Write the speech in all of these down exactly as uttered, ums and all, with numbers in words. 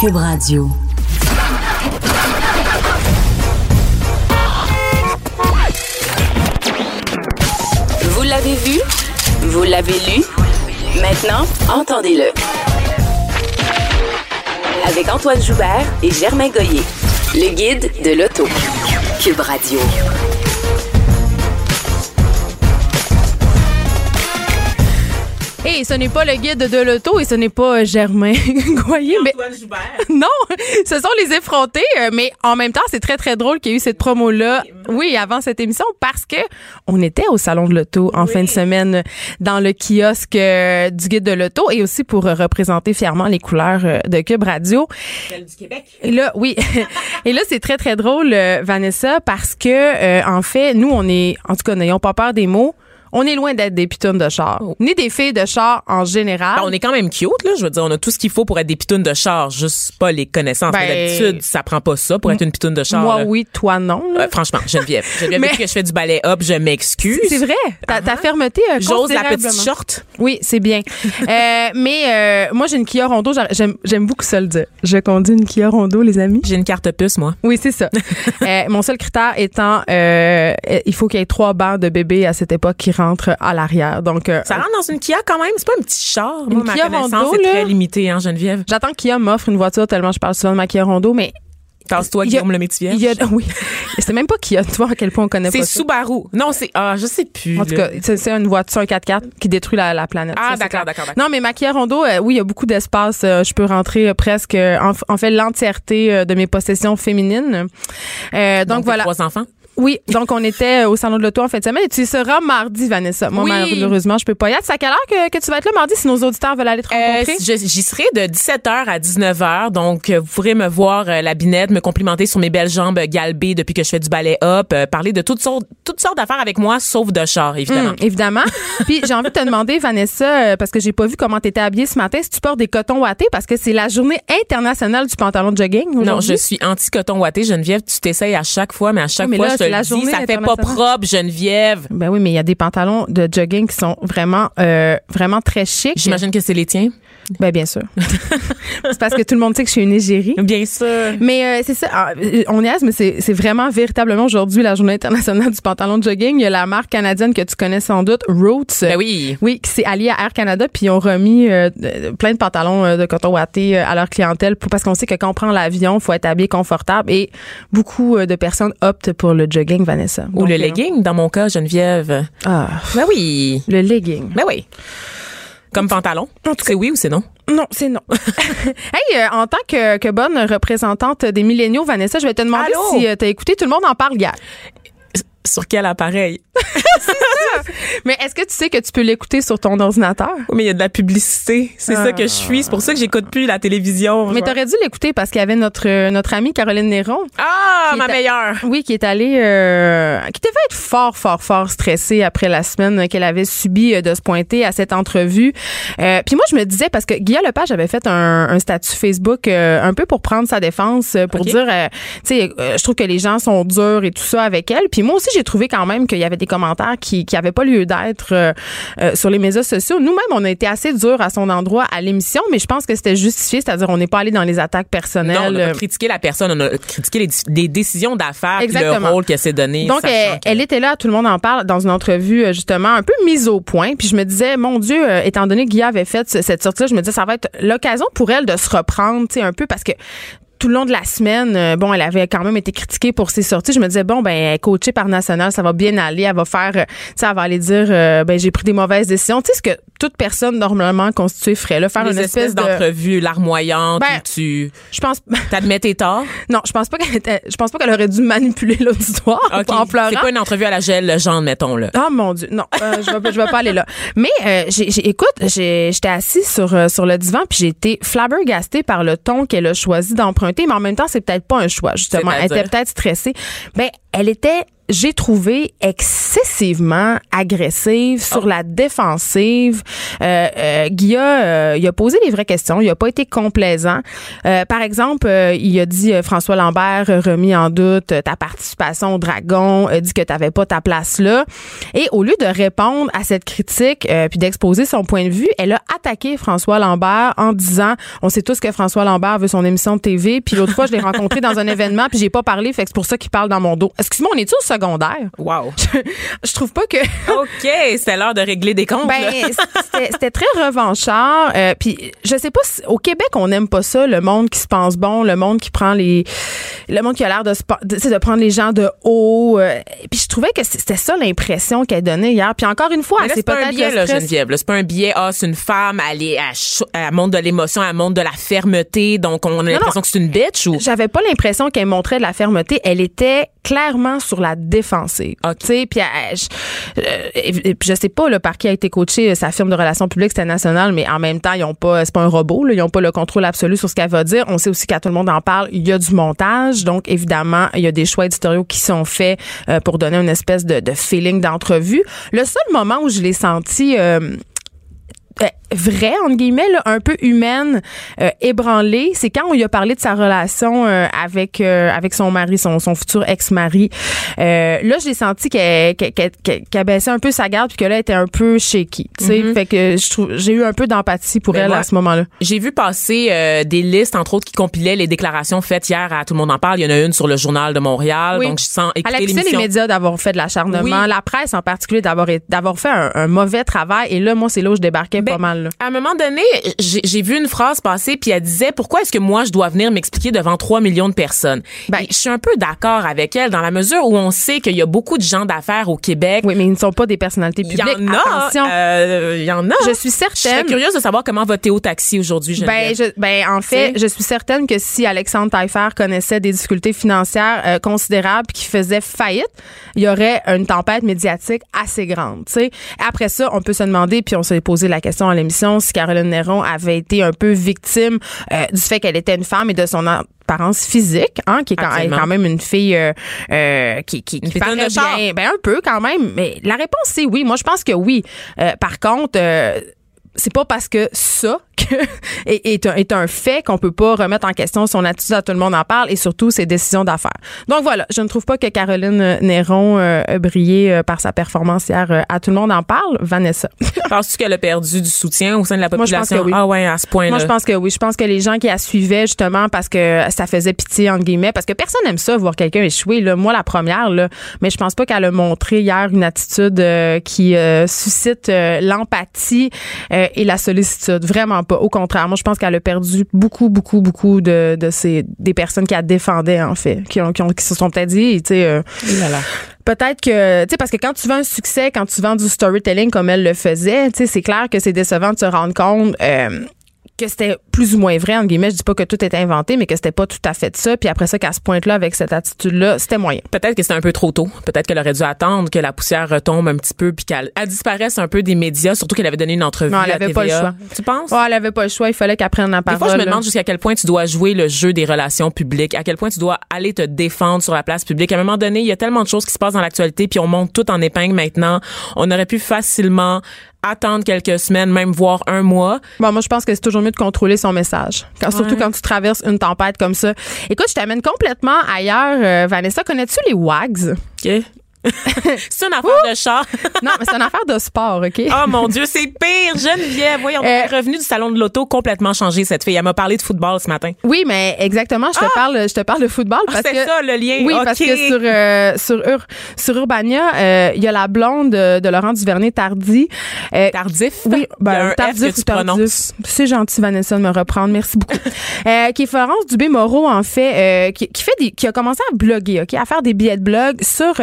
Cube Radio. Vous l'avez vu? Vous l'avez lu? Maintenant, entendez-le. Avec Antoine Joubert et Germain Goyer. Le guide de l'auto. Cube Radio. Et hey, ce n'est pas le guide de l'auto et ce n'est pas Germain Goyer. Mais Antoine Joubert. Non, ce sont les effrontés. Mais en même temps, c'est très, très drôle qu'il y ait eu cette promo-là, oui, avant cette émission, parce que on était au Salon de l'auto en oui. fin de semaine dans le kiosque euh, du guide de l'auto et aussi pour euh, représenter fièrement les couleurs euh, de Cube Radio. Celle du Québec. Et là, oui. Et là, c'est très, très drôle, euh, Vanessa, parce que, euh, en fait, nous, on est, en tout cas, n'ayons pas peur des mots. On est loin d'être des pitounes de char, oh. ni des filles de char en général. Ben, on est quand même cute, là. Je veux dire, on a tout ce qu'il faut pour être des pitounes de char, juste pas les connaissances. Ben, d'habitude, ça prend pas ça pour être une pitoune de char. Moi, là. oui, toi, non. Euh, franchement, Geneviève. Geneviève, mais... depuis que je fais du ballet hop, je m'excuse. C'est vrai. Ta, ta fermeté euh, j'ose la petite short. Oui, c'est bien. euh, mais euh, moi, j'ai une Kia Rondo. J'aime, j'aime beaucoup ça le dire. Je conduis une Kia Rondo, les amis. J'ai une carte puce, moi. Oui, c'est ça. euh, mon seul critère étant, euh, il faut qu'il y ait trois bancs de bébés à cette époque qui rentrent à l'arrière. Donc, euh, ça rentre dans une Kia quand même, c'est pas un petit char. Une Moi, Kia ma connaissance Rondo, est là, très limitée, hein, Geneviève. J'attends que Kia m'offre une voiture tellement je parle souvent de ma Kia Rondo, mais tasse-toi, Guillaume le métier. Il y a, oui. C'est même pas Kia, tu vois à quel point on connaît c'est pas ça. C'est Subaru. Non, c'est, ah, je sais plus. En tout là. cas, c'est, c'est une voiture, un quatre-quatre qui détruit la, la planète. Ah, ça, d'accord, d'accord, d'accord. Non, mais ma Kia Rondo, euh, oui, il y a beaucoup d'espace. Euh, je peux rentrer euh, presque, euh, en, en fait, l'entièreté euh, de mes possessions féminines. Euh, donc, donc voilà. Trois enfants? Oui, donc on était au Salon de l'auto en fin de semaine et tu y seras mardi, Vanessa. Moi, oui. malheureusement, je peux pas y être. C'est à quelle heure que, que tu vas être là mardi si nos auditeurs veulent aller te rencontrer? Euh, je, j'y serai de dix-sept heures à dix-neuf heures, donc vous pourrez me voir euh, la binette, me complimenter sur mes belles jambes galbées depuis que je fais du ballet hop, euh, parler de toutes sortes, toutes sortes d'affaires avec moi, sauf de char, évidemment. Mmh, évidemment. Puis j'ai envie de te demander, Vanessa, euh, parce que j'ai pas vu comment t'étais habillée ce matin, si tu portes des cotons ouatés, parce que c'est la journée internationale du pantalon de jogging aujourd'hui. Non, je suis anti-coton ouaté, Geneviève. Tu t'essayes à chaque fois, mais à chaque oui, mais fois, là, je te le dis, ça fait pas propre, Geneviève. Ben oui, mais il y a des pantalons de jogging qui sont vraiment, euh, vraiment très chics. J'imagine que c'est les tiens. Ben bien sûr. C'est parce que tout le monde sait que je suis une égérie. Bien sûr. Mais euh, c'est ça, on est mais c'est, c'est vraiment véritablement aujourd'hui la journée internationale du pantalon de jogging. Il y a la marque canadienne que tu connais sans doute, Roots. Ben oui. Oui, qui s'est alliée à Air Canada puis ils ont remis euh, plein de pantalons euh, de coton ouaté à leur clientèle pour, parce qu'on sait que quand on prend l'avion, il faut être habillé confortable et beaucoup euh, de personnes optent pour le jogging, Vanessa. Ou Donc, le legging, dans mon cas, Geneviève. Ah. Ben oui. Le legging. Ben oui. Comme pantalon. C'est oui ou c'est non? Non, c'est non. Hey, euh, en tant que, que bonne représentante des milléniaux, Vanessa, je vais te demander Allô? si euh, t'as écouté Tout le monde en parle hier. Sur quel appareil? Mais est-ce que tu sais que tu peux l'écouter sur ton ordinateur? Oui, mais il y a de la publicité. C'est ah. ça que je suis. C'est pour ça que j'écoute plus la télévision. Mais t'aurais dû l'écouter parce qu'il y avait notre euh, notre amie Caroline Néron. Ah, ma meilleure! Oui, qui est allée... Euh, qui devait être fort, fort, fort stressée après la semaine qu'elle avait subie de se pointer à cette entrevue. Euh, Puis moi, je me disais, parce que Guillaume Lepage avait fait un, un statut Facebook euh, un peu pour prendre sa défense, pour okay. dire, euh, tu sais, euh, je trouve que les gens sont durs et tout ça avec elle. Puis moi aussi, j'ai trouvé quand même qu'il y avait des commentaires qui qui avaient pas lieu d'être euh, euh, sur les médias sociaux. Nous-mêmes, on a été assez durs à son endroit à l'émission, mais je pense que c'était justifié, c'est-à-dire on n'est pas allé dans les attaques personnelles. Non, on a pas critiqué la personne, on a critiqué les, les décisions d'affaires et le rôle qu'elle s'est donné. Donc, elle, que... elle était là, tout le monde en parle, dans une entrevue justement un peu mise au point. Puis je me disais, mon Dieu, euh, étant donné que Guy avait fait cette sortie-là, je me disais, ça va être l'occasion pour elle de se reprendre, tu sais, un peu, parce que tout le long de la semaine, euh, bon, elle avait quand même été critiquée pour ses sorties. Je me disais, bon, ben, elle est coachée par National, ça va bien aller. Elle va faire, euh, tu sais, elle va aller dire, euh, ben, j'ai pris des mauvaises décisions. Tu sais, ce que toute personne normalement constituée ferait, là, faire les une espèce espèces de... d'entrevue larmoyante ben, où tu je pense t'admets tes torts. Non, je pense pas qu'elle était, je pense pas qu'elle aurait dû manipuler l'auditoire okay. en pleurant. C'est pas une entrevue à la gel, le genre, mettons, là. Oh mon Dieu, non, euh, je vais je vais pas aller là. Mais euh, j'ai, j'ai écoute, j'ai j'étais assise sur euh, sur le divan puis j'ai été flabbergastée par le ton qu'elle a choisi d'emprunter, mais en même temps, c'est peut-être pas un choix, justement. Elle était peut-être stressée. Ben, elle était j'ai trouvé excessivement agressive, sur oh. la défensive. Euh, euh, Guilla, euh, il a posé les vraies questions. Il a pas été complaisant. Euh, par exemple, euh, il a dit, euh, François Lambert, euh, remis en doute euh, ta participation au Dragon, euh, dit que t'avais pas ta place là. Et au lieu de répondre à cette critique euh, puis d'exposer son point de vue, elle a attaqué François Lambert en disant, on sait tous que François Lambert veut son émission de T V, puis l'autre fois, je l'ai rencontré dans un événement, puis j'ai pas parlé, fait que c'est pour ça qu'il parle dans mon dos. Excuse-moi, on est-tu au secondaire? Wow. Je, je trouve pas que... OK, c'était l'heure de régler des comptes. Ben, c'était, c'était très revanchard. Euh, puis je sais pas, si, au Québec, on n'aime pas ça, le monde qui se pense bon, le monde qui prend les... Le monde qui a l'air de, de, de prendre les gens de haut. Euh, puis je trouvais que c'était ça l'impression qu'elle donnait hier. Puis encore une fois, là, c'est, c'est pas peut-être un biais, le là, stress. Geneviève. Là, c'est pas un biais. Ah, c'est une femme, elle, est, elle, elle montre de l'émotion, elle montre de la fermeté. Donc, on a l'impression non, non, que c'est une bitch ou... J'avais pas l'impression qu'elle montrait de la fermeté. Elle était clairement sur la défensive. Okay. Tu sais, puis je, je, je sais pas là, par qui a été coachée sa firme de relations publiques, c'était national, mais en même temps, ils ont pas, c'est pas un robot, là, ils ont pas le contrôle absolu sur ce qu'elle va dire. On sait aussi qu'à tout le monde en parle, il y a du montage, donc évidemment, il y a des choix éditoriaux qui sont faits euh, pour donner une espèce de, de feeling d'entrevue. Le seul moment où je l'ai senti euh, Euh, vraie, entre guillemets, là, un peu humaine, euh, ébranlée, c'est quand on lui a parlé de sa relation euh, avec euh, avec son mari, son, son futur ex-mari. Euh, là, j'ai senti qu'elle, qu'elle, qu'elle, qu'elle baissait un peu sa garde puis que là, elle était un peu shaky. Tu sais, mm-hmm. Fait que je trouve, j'ai eu un peu d'empathie pour ben elle moi, à ce moment-là. J'ai vu passer euh, des listes, entre autres, qui compilaient les déclarations faites hier à Tout le monde en parle. Il y en a une sur le Journal de Montréal, oui. Donc je sens écouter l'émission. Elle accusait les médias d'avoir fait de l'acharnement, oui. La presse en particulier d'avoir d'avoir fait un, un mauvais travail. Et là, moi, c'est là où je débarquais ben, pas mal. Là. À un moment donné, j'ai, j'ai vu une phrase passer puis elle disait pourquoi est-ce que moi je dois venir m'expliquer devant trois millions de personnes. Ben, je suis un peu d'accord avec elle dans la mesure où on sait qu'il y a beaucoup de gens d'affaires au Québec. Oui, mais ils ne sont pas des personnalités publiques. Il y en a. Attention. Euh, il y en a. Je suis certaine. Je serais curieuse de savoir comment va Théo Taxi aujourd'hui. Ben, je, ben, en fait, T'sais? je suis certaine que si Alexandre Taillefer connaissait des difficultés financières euh, considérables qui faisaient faillite, il y aurait une tempête médiatique assez grande. T'sais. Après ça, on peut se demander, puis on s'est posé la question à l'émission, si Caroline Néron avait été un peu victime euh, du fait qu'elle était une femme et de son apparence physique, hein, qui est quand, est quand même une fille euh, euh, qui, qui, qui paraît bien, ben un peu quand même. Mais la réponse c'est oui. Moi, je pense que oui. Euh, par contre, euh, c'est pas parce que ça que est, est, un, est un fait qu'on peut pas remettre en question son attitude à Tout le monde en parle et surtout ses décisions d'affaires. Donc voilà, je ne trouve pas que Caroline Néron euh, a brillé euh, par sa performance hier euh, à Tout le monde en parle. Vanessa. Penses-tu qu'elle a perdu du soutien au sein de la population? Moi, je pense que oui. Ah ouais, à ce point-là. Moi, je pense que oui. Je pense que les gens qui la suivaient justement parce que ça faisait pitié, entre guillemets, parce que personne n'aime ça, voir quelqu'un échouer. Là. Moi, la première, là, mais je pense pas qu'elle a montré hier une attitude euh, qui euh, suscite euh, l'empathie euh, et la sollicitude. Vraiment pas. Au contraire, moi, je pense qu'elle a perdu beaucoup, beaucoup, beaucoup de, de ces, des personnes qui la défendaient, en fait, qui, ont, qui, ont, qui se sont peut-être dit, tu sais, euh, peut-être que, tu sais, parce que quand tu vends un succès, quand tu vends du storytelling comme elle le faisait, tu sais, c'est clair que c'est décevant de se rendre compte euh, que c'était plus ou moins vrai, entre guillemets. Je dis pas que tout était inventé, mais que c'était pas tout à fait ça. Puis après ça, qu'à ce point-là, avec cette attitude-là, c'était moyen. Peut-être que c'était un peu trop tôt. Peut-être qu'elle aurait dû attendre que la poussière retombe un petit peu puis qu'elle elle disparaisse un peu des médias, surtout qu'elle avait donné une entrevue non, elle à avait T V A. Pas le choix. Tu penses? Oh, elle avait pas le choix. Il fallait qu'elle prenne la parole. Des fois, je me demande jusqu'à quel point tu dois jouer le jeu des relations publiques, à quel point tu dois aller te défendre sur la place publique. À un moment donné, il y a tellement de choses qui se passent dans l'actualité puis on monte tout en épingle maintenant. On aurait pu facilement attendre quelques semaines, même voire un mois. Bon, moi, je pense que c'est toujours mieux de contrôler son message. Quand, ouais. Surtout quand tu traverses une tempête comme ça. Écoute, je t'amène complètement ailleurs. Euh, Vanessa, connais-tu les WAGs? OK. C'est une affaire Ouh! de char. Non, mais c'est une affaire de sport, OK? Oh mon Dieu, c'est pire, Geneviève. Voyons, on est revenu du salon de l'auto complètement changé, cette fille. Elle m'a parlé de football ce matin. Oui, mais exactement, je te ah! parle je te parle de football. Ah, parce c'est que, ça, le lien. Oui, okay. parce que sur, euh, sur, Ur, sur Urbania, il euh, y a la blonde de, de Laurent Duvernay-Tardy. Euh, tardif? Oui, ben, un tardif F que tu tardif. prononces. C'est gentil, Vanessa, de me reprendre. Merci beaucoup. euh, qui est Florence Dubé-Moreau, en fait, euh, qui, qui, fait des, qui a commencé à bloguer, OK, à faire des billets de blog sur son statut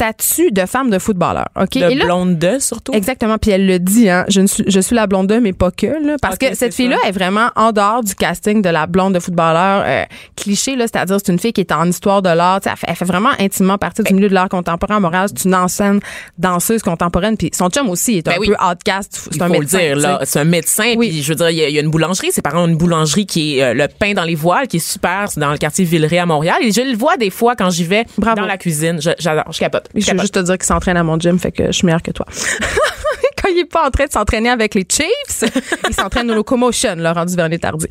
statut de femme de footballeur. OK? De Et là, blonde de, surtout. Exactement. Puis elle le dit, hein. Je, ne suis, je suis la blonde de, mais pas que, là. Parce Okay, que cette fille-là est vraiment en dehors du casting de la blonde de footballeur euh, cliché, là. C'est-à-dire, c'est une fille qui est en histoire de l'art. Elle fait, elle fait vraiment intimement partie du milieu de l'art contemporain à Montréal. C'est une ancienne danseuse contemporaine. Puis son chum aussi est Ben un oui. peu outcast. C'est Il un faut médecin. le dire, là. C'est un médecin. Oui. Puis, je veux dire, il y, a, il y a une boulangerie. Ses parents ont une boulangerie qui est euh, le pain dans les voiles, qui est super. C'est dans le quartier Villeray à Montréal. Et je le vois des fois quand j'y vais Bravo. dans la cuisine. Je, j'adore. Je capote. Je Je veux capote. juste te dire qu'il s'entraîne à mon gym, fait que je suis meilleure que toi. Quand il est pas en train de s'entraîner avec les Chiefs, il s'entraîne au Locomotion, là, rendu vers les tardis.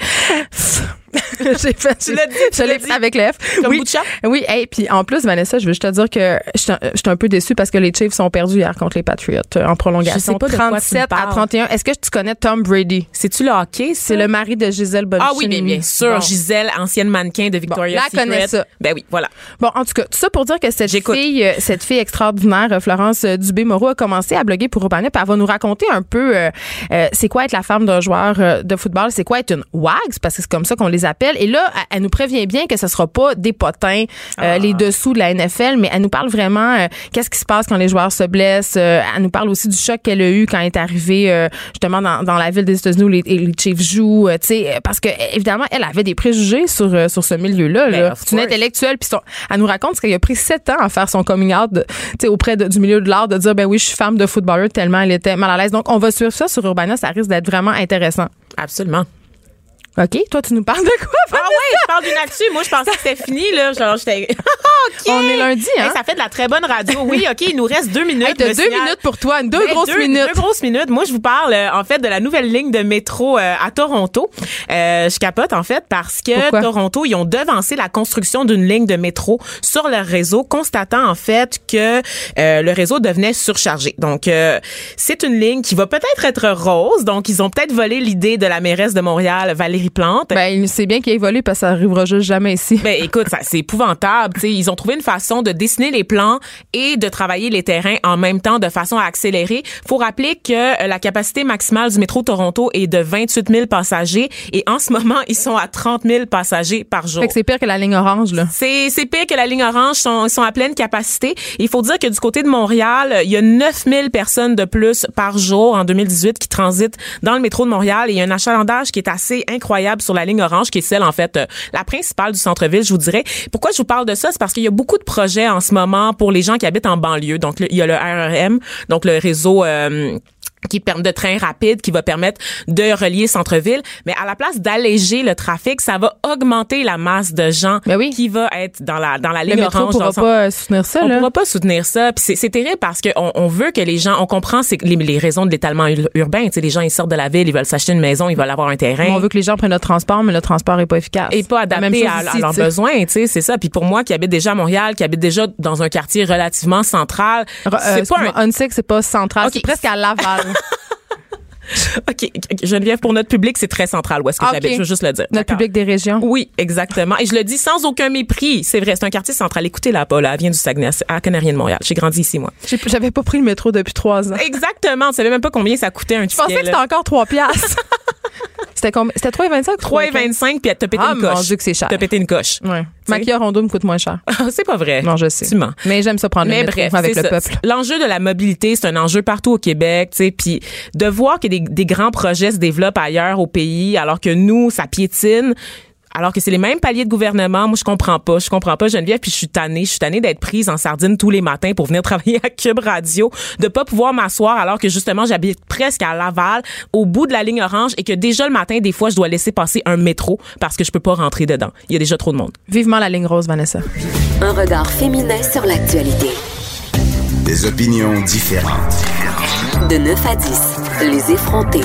J'ai fait, Tu l'as dit, tu je l'as l'ai dit. fait avec l'F. Comme oui. bout de chat? Oui, hey, puis en plus, Vanessa, je veux juste te dire que j'étais j'étais un peu déçue parce que les Chiefs sont perdus hier contre les Patriots euh, en prolongation. Je sais pas de quoi tu me trente-sept à parles. trente et un. Est-ce que tu connais Tom Brady? C'est-tu le hockey, ça? C'est le mari de Gisèle Bündchen. Ah oui, bien, bien sûr. Bon. Gisèle, ancienne mannequin de Victoria's Bon, là, elle Secret. connaît ça. Ben oui, voilà. Bon, en tout cas, tout ça pour dire que cette J'écoute. fille, euh, cette fille extraordinaire, euh, Florence euh, Dubé-Moreau, a commencé à bloguer pour Urbania, puis elle va nous raconter un peu euh, euh, c'est quoi être la femme d'un joueur euh, de football, c'est quoi être une wags, parce que c'est comme ça qu'on les appelle. Et là, elle, elle nous prévient bien que ce sera pas des potins, euh, Ah. les dessous de la N F L, mais elle nous parle vraiment euh, qu'est-ce qui se passe quand les joueurs se blessent. Euh, elle nous parle aussi du choc qu'elle a eu quand elle est arrivée euh, justement dans, dans la ville des États-Unis où les, les Chiefs jouent, euh, tu sais, parce que évidemment, elle avait des préjugés sur euh, sur ce milieu-là. Ben, Là. of C'est une course. intellectuelle, puis son- elle nous raconte qu'elle a pris sept ans à faire son coming out, de- tu sais, auprès de- du milieu de l'art, de dire ben oui, je suis femme de footballeur, tellement elle était mal à l'aise. Donc on va suivre ça sur Urbania, ça risque d'être vraiment intéressant. Absolument. OK, toi tu nous parles de quoi? Ah ouais, je parle d'une actu. Moi, je pensais que c'était fini, là. Genre, j'étais. OK. On est lundi, hein? Hey, ça fait de la très bonne radio. Oui, OK, il nous reste deux minutes. Hey, t'as Le deux signal- minutes pour toi, deux Ben, grosses deux, minutes. Deux grosses minutes. Moi, je vous parle, euh, en fait, de la nouvelle ligne de métro euh, à Toronto. Euh, je capote, en fait, parce que Pourquoi? Toronto, ils ont devancé la construction d'une ligne de métro sur leur réseau, constatant, en fait, que euh, le réseau devenait surchargé. Donc, euh, c'est une ligne qui va peut-être être rose. Donc, ils ont peut-être volé l'idée de la mairesse de Montréal, Valérie Plante. Ben, c'est bien qu'il ait volé parce que ça arrivera juste jamais ici. Ben écoute, ça, c'est épouvantable. T'sais, ils ont trouvé une façon de dessiner les plans et de travailler les terrains en même temps de façon à accélérer. Faut rappeler que euh, la capacité maximale du métro Toronto est de vingt-huit mille passagers et en ce moment, ils sont à trente mille passagers par jour. Fait que c'est pire que la ligne orange, là. C'est, c'est pire que la ligne orange, sont, ils sont à pleine capacité. Il faut dire que du côté de Montréal, il y a neuf mille personnes de plus par jour en deux mille dix-huit qui transitent dans le métro de Montréal et il y a un achalandage qui est assez incroyable sur la ligne orange, qui est celle, en fait, euh, la principale du centre-ville, je vous dirais. Pourquoi je vous parle de ça? C'est parce qu'il y a beaucoup de projets en ce moment pour les gens qui habitent en banlieue. Donc, le, il y a le R R M, donc le réseau... Euh, qui permet de trains rapides, qui va permettre de relier centre-ville. Mais à la place d'alléger le trafic, ça va augmenter la masse de gens Ben oui. qui va être dans la dans la Le ligne métro orange. dans pourra le centre. pas euh, soutenir ça, On là. pourra pas soutenir ça. Puis c'est, c'est terrible parce que on, on veut que les gens, on comprend c'est les, les raisons de l'étalement ur- urbain. Tu sais, les gens ils sortent de la ville, ils veulent s'acheter une maison, ils veulent avoir un terrain. On veut que les gens prennent le transport, mais le transport est pas efficace. Et pas La même adapté chose à, ici, à leurs tu sais. besoins, tu sais, c'est ça. Puis pour moi qui habite déjà à Montréal, qui habite déjà dans un quartier relativement central, Euh, c'est pas un Huntsic, c'est pas central, Ok. c'est presque à Laval. OK, Geneviève, pour notre public, c'est très central où est-ce que Ah, j'habite, ok. je veux juste le dire. Notre D'accord. public des régions. Oui, exactement. Et je le dis sans aucun mépris. C'est vrai, c'est un quartier central. Écoutez-la pas, là. Elle vient du Saguenay, à la Canarienne de Montréal. J'ai grandi ici, moi. J'ai- J'avais pas pris le métro depuis trois ans. Exactement. Tu savais même pas combien ça coûtait un Je ticket. pensais que là. c'était encore trois piastres. C'était combien? C'était trois virgule vingt-cinq? trois virgule vingt-cinq puis t'as pété Ah, une mon coche. Dieu que c'est cher. T'as pété une coche. Ouais. Maquilleur Rondo me coûte moins cher. c'est pas vrai. Non, je sais. Tu mens. Mais j'aime ça prendre Mais le métro bref, avec c'est le ça. peuple. L'enjeu de la mobilité, c'est un enjeu partout au Québec, tu sais, puis de voir que des, des grands projets se développent ailleurs au pays, alors que nous, ça piétine. Alors que c'est les mêmes paliers de gouvernement, moi je comprends pas, je comprends pas Geneviève, puis je suis tannée, je suis tannée d'être prise en sardine tous les matins pour venir travailler à Cube Radio, de pas pouvoir m'asseoir alors que justement j'habite presque à Laval, au bout de la ligne orange et que déjà le matin des fois je dois laisser passer un métro parce que je peux pas rentrer dedans. Il y a déjà trop de monde. Vivement la ligne rose, Vanessa. Un regard féminin sur l'actualité. Des opinions différentes. De neuf à dix, les effrontés.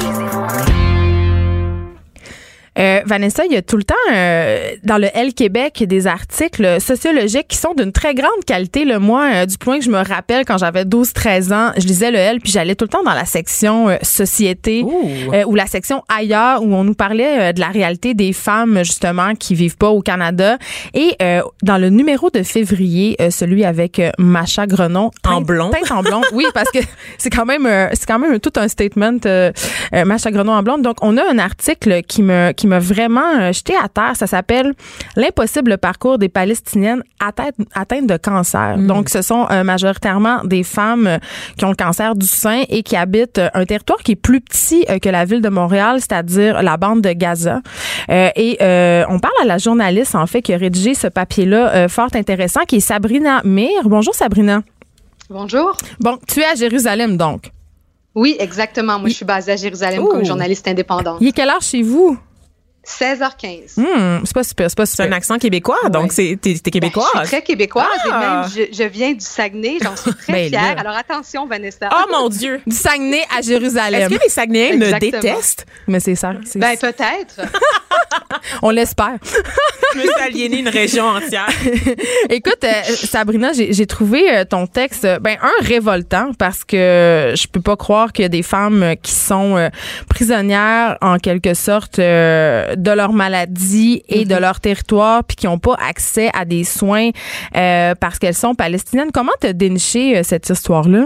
Euh, Vanessa, il y a tout le temps euh, dans le L Québec des articles sociologiques qui sont d'une très grande qualité. Le moi, euh, du point que je me rappelle quand j'avais douze treize ans, je lisais le L puis j'allais tout le temps dans la section euh, société euh, ou la section ailleurs où on nous parlait euh, de la réalité des femmes justement qui vivent pas au Canada. Et euh, dans le numéro de février, euh, celui avec euh, Macha Grenon, En teinte- blond. teinte en blonde, oui, parce que c'est quand même euh, c'est quand même tout un statement. Euh, euh, Macha Grenon en blonde. Donc on a un article qui me qui m'a vraiment euh, jeté à terre. Ça s'appelle « L'impossible parcours des Palestiniennes atteintes, atteintes de cancer mmh. ». Donc, ce sont euh, majoritairement des femmes euh, qui ont le cancer du sein et qui habitent euh, un territoire qui est plus petit euh, que la ville de Montréal, c'est-à-dire la bande de Gaza. Euh, et euh, on parle à la journaliste, en fait, qui a rédigé ce papier-là euh, fort intéressant, qui est Sabrina Mir. Bonjour, Sabrina. Bonjour. Bon, tu es à Jérusalem, donc. Oui, exactement. Moi, je suis basée à Jérusalem Ouh. comme journaliste indépendante. Il est quelle heure chez vous? seize heures quinze. Mmh, c'est pas super, c'est pas super. C'est un accent québécois, ouais. donc c'est, t'es, t'es québécoise. Ben, je suis très québécoise ah. et même je, je viens du Saguenay, j'en suis très ben fière. Là. Alors attention, Vanessa. Oh mon Dieu! Du Saguenay à Jérusalem. Est-ce que les Saguenayens me détestent? Mais c'est ça. C'est... Ben peut-être. On l'espère. Je me suis aliénée une région entière. Écoute, euh, Sabrina, j'ai, j'ai trouvé euh, ton texte, ben un, révoltant, parce que je peux pas croire qu'il y a des femmes qui sont euh, prisonnières, en quelque sorte, euh, de leur maladie et mm-hmm. de leur territoire, puis qui n'ont pas accès à des soins euh, parce qu'elles sont palestiniennes. Comment t'as déniché euh, cette histoire-là?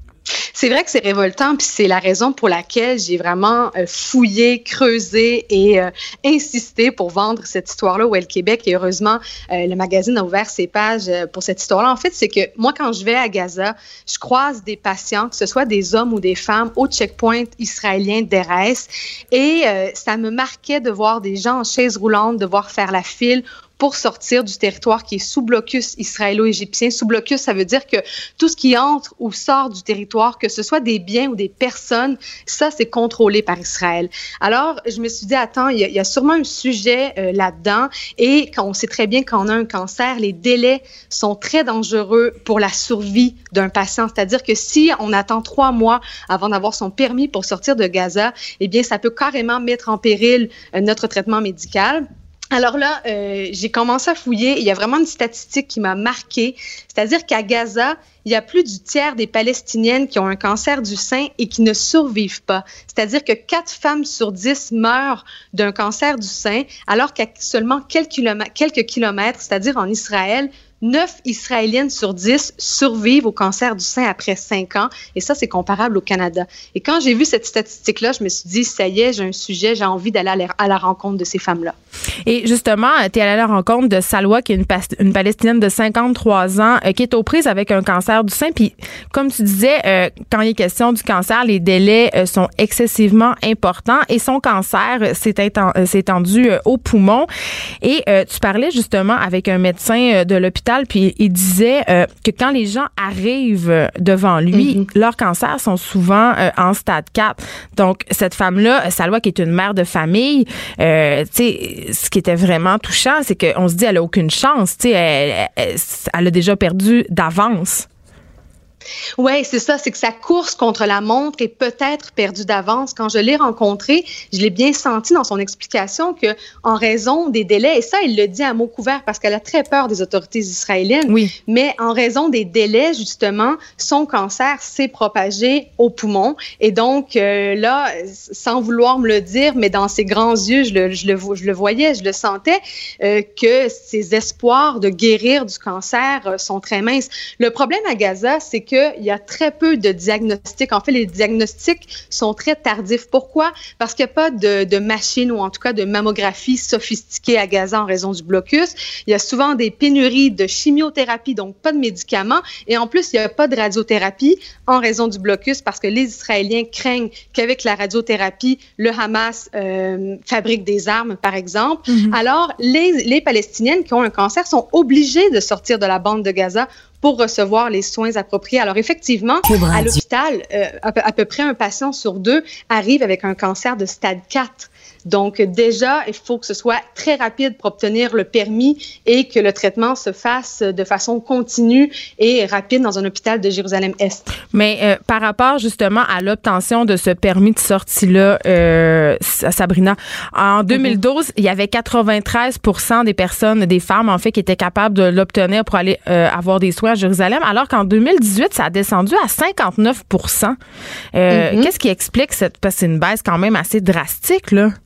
C'est vrai que c'est révoltant, puis c'est la raison pour laquelle j'ai vraiment euh, fouillé, creusé et euh, insisté pour vendre cette histoire-là au Elle Québec. Et heureusement, euh, le magazine a ouvert ses pages euh, pour cette histoire-là. En fait, c'est que moi, quand je vais à Gaza, je croise des patients, que ce soit des hommes ou des femmes, au checkpoint israélien d'Erez. Et euh, ça me marquait de voir des gens en chaise roulante, de voir faire la file pour sortir du territoire qui est sous blocus israélo-égyptien. Sous blocus, ça veut dire que tout ce qui entre ou sort du territoire, que ce soit des biens ou des personnes, ça, c'est contrôlé par Israël. Alors, je me suis dit, attends, il y a, il y a sûrement un sujet euh, là-dedans. Et quand on sait très bien qu'on a un cancer, les délais sont très dangereux pour la survie d'un patient. C'est-à-dire que si on attend trois mois avant d'avoir son permis pour sortir de Gaza, eh bien, ça peut carrément mettre en péril euh, notre traitement médical. Alors là, euh, j'ai commencé à fouiller. Il y a vraiment une statistique qui m'a marquée. C'est-à-dire qu'à Gaza, il y a plus du tiers des Palestiniennes qui ont un cancer du sein et qui ne survivent pas. C'est-à-dire que quatre femmes sur dix meurent d'un cancer du sein, alors qu'à seulement quelques kilomètres, quelques kilomètres, c'est-à-dire en Israël, neuf Israéliennes sur dix survivent au cancer du sein après cinq ans. Et ça, c'est comparable au Canada. Et quand j'ai vu cette statistique-là, je me suis dit, ça y est, j'ai un sujet, j'ai envie d'aller à la, à la rencontre de ces femmes-là. Et justement, tu es allée à la rencontre de Salwa, qui est une, une Palestinienne de cinquante-trois ans, euh, qui est aux prises avec un cancer du sein. Puis, comme tu disais, euh, quand il est question du cancer, les délais euh, sont excessivement importants. Et son cancer euh, s'est, éten- euh, s'est étendu euh, au poumon. Et euh, tu parlais justement avec un médecin euh, de l'hôpital, puis il disait euh, que quand les gens arrivent devant lui, mm-hmm. leurs cancers sont souvent euh, en stade quatre. Donc, cette femme-là, Salwa, qui est une mère de famille, euh, tu sais, ce qui était vraiment touchant, c'est qu'on se dit, elle a aucune chance, tu sais, elle, elle, elle a déjà perdu d'avance. Oui, c'est ça, c'est que sa course contre la montre est peut-être perdue d'avance. Quand je l'ai rencontrée, je l'ai bien senti dans son explication que, en raison des délais, et ça, il le dit à mot couvert parce qu'elle a très peur des autorités israéliennes, oui. mais en raison des délais, justement, son cancer s'est propagé au poumon. Et donc, euh, là, sans vouloir me le dire, mais dans ses grands yeux, je le, je le, je le voyais, je le sentais, euh, que ses espoirs de guérir du cancer euh, sont très minces. Le problème à Gaza, c'est que il y a très peu de diagnostics. En fait, les diagnostics sont très tardifs. Pourquoi? Parce qu'il n'y a pas de, de machine ou en tout cas de mammographie sophistiquée à Gaza en raison du blocus. Il y a souvent des pénuries de chimiothérapie, donc pas de médicaments. Et en plus, il n'y a pas de radiothérapie en raison du blocus parce que les Israéliens craignent qu'avec la radiothérapie, le Hamas euh, fabrique des armes, par exemple. Mm-hmm. Alors, les, les Palestiniennes qui ont un cancer sont obligées de sortir de la bande de Gaza pour recevoir les soins appropriés. Alors effectivement, à l'hôpital, euh, à, peu, à peu près un patient sur deux arrive avec un cancer de stade quatre. Donc déjà, il faut que ce soit très rapide pour obtenir le permis et que le traitement se fasse de façon continue et rapide dans un hôpital de Jérusalem-Est. Mais euh, par rapport justement à l'obtention de ce permis de sortie-là, euh, Sabrina, en deux mille douze, mm-hmm. il y avait quatre-vingt-treize pour cent des personnes, des femmes en fait, qui étaient capables de l'obtenir pour aller euh, avoir des soins à Jérusalem, alors qu'en deux mille dix-huit, ça a descendu à cinquante-neuf pour cent. Euh, mm-hmm. Qu'est-ce qui explique cette... Parce que c'est une baisse quand même assez drastique, là.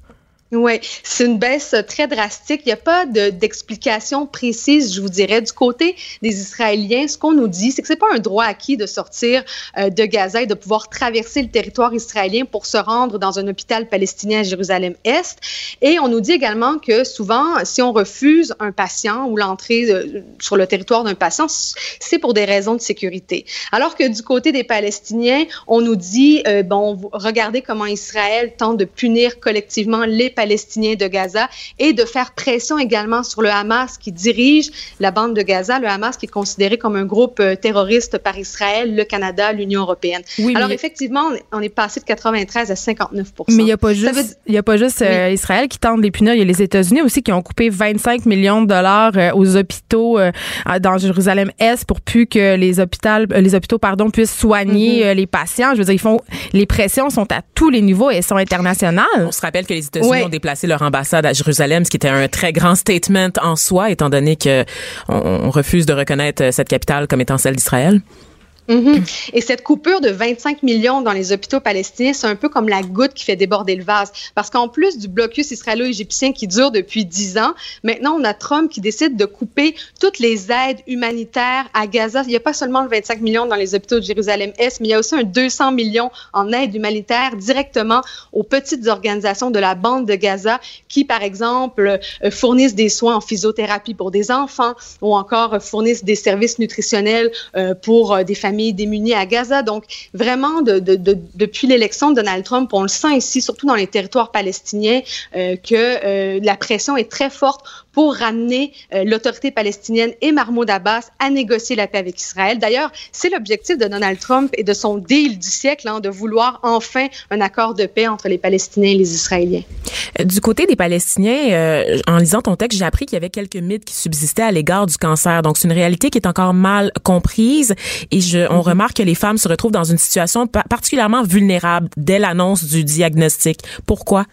Oui, c'est une baisse très drastique. Il n'y a pas de, d'explication précise, je vous dirais. Du côté des Israéliens, ce qu'on nous dit, c'est que ce n'est pas un droit acquis de sortir euh, de Gaza et de pouvoir traverser le territoire israélien pour se rendre dans un hôpital palestinien à Jérusalem-Est. Et on nous dit également que souvent, si on refuse un patient ou l'entrée euh, sur le territoire d'un patient, c'est pour des raisons de sécurité. Alors que du côté des Palestiniens, on nous dit, euh, bon, regardez comment Israël tente de punir collectivement les Palestiniens de Gaza et de faire pression également sur le Hamas qui dirige la bande de Gaza, le Hamas qui est considéré comme un groupe euh, terroriste par Israël, le Canada, l'Union européenne. Oui, Alors mais... effectivement, on est passé de quatre-vingt-treize à cinquante-neuf pour cent. Mais il n'y a pas juste, veut... il y a pas juste euh, oui. Israël qui tente de les punir, il y a les États-Unis aussi qui ont coupé vingt-cinq millions de dollars euh, aux hôpitaux euh, dans Jérusalem-Est pour plus que les hôpitaux, euh, les hôpitaux pardon, puissent soigner mm-hmm. euh, les patients. Je veux dire, ils font, les pressions sont à tous les niveaux et elles sont internationales. On se rappelle que les États-Unis oui. ont déplacé leur ambassade à Jérusalem, ce qui était un très grand statement en soi, étant donné que on, on refuse de reconnaître cette capitale comme étant celle d'Israël. Mm-hmm. Et cette coupure de vingt-cinq millions dans les hôpitaux palestiniens, c'est un peu comme la goutte qui fait déborder le vase. Parce qu'en plus du blocus israélo-égyptien qui dure depuis dix ans, maintenant on a Trump qui décide de couper toutes les aides humanitaires à Gaza. Il n'y a pas seulement le vingt-cinq millions dans les hôpitaux de Jérusalem-Est, mais il y a aussi un deux cents millions en aide humanitaire directement aux petites organisations de la bande de Gaza qui, par exemple, fournissent des soins en physiothérapie pour des enfants ou encore fournissent des services nutritionnels pour des familles démunies à Gaza. Donc, vraiment, de, de, de, depuis l'élection de Donald Trump, on le sent ici, surtout dans les territoires palestiniens, euh, que euh, la pression est très forte pour ramener euh, l'autorité palestinienne et Mahmoud Abbas à négocier la paix avec Israël. D'ailleurs, c'est l'objectif de Donald Trump et de son deal du siècle, hein, de vouloir enfin un accord de paix entre les Palestiniens et les Israéliens. Du côté des Palestiniens, euh, en lisant ton texte, j'ai appris qu'il y avait quelques mythes qui subsistaient à l'égard du cancer. Donc, c'est une réalité qui est encore mal comprise et je, on mm-hmm. remarque que les femmes se retrouvent dans une situation particulièrement vulnérable dès l'annonce du diagnostic. Pourquoi?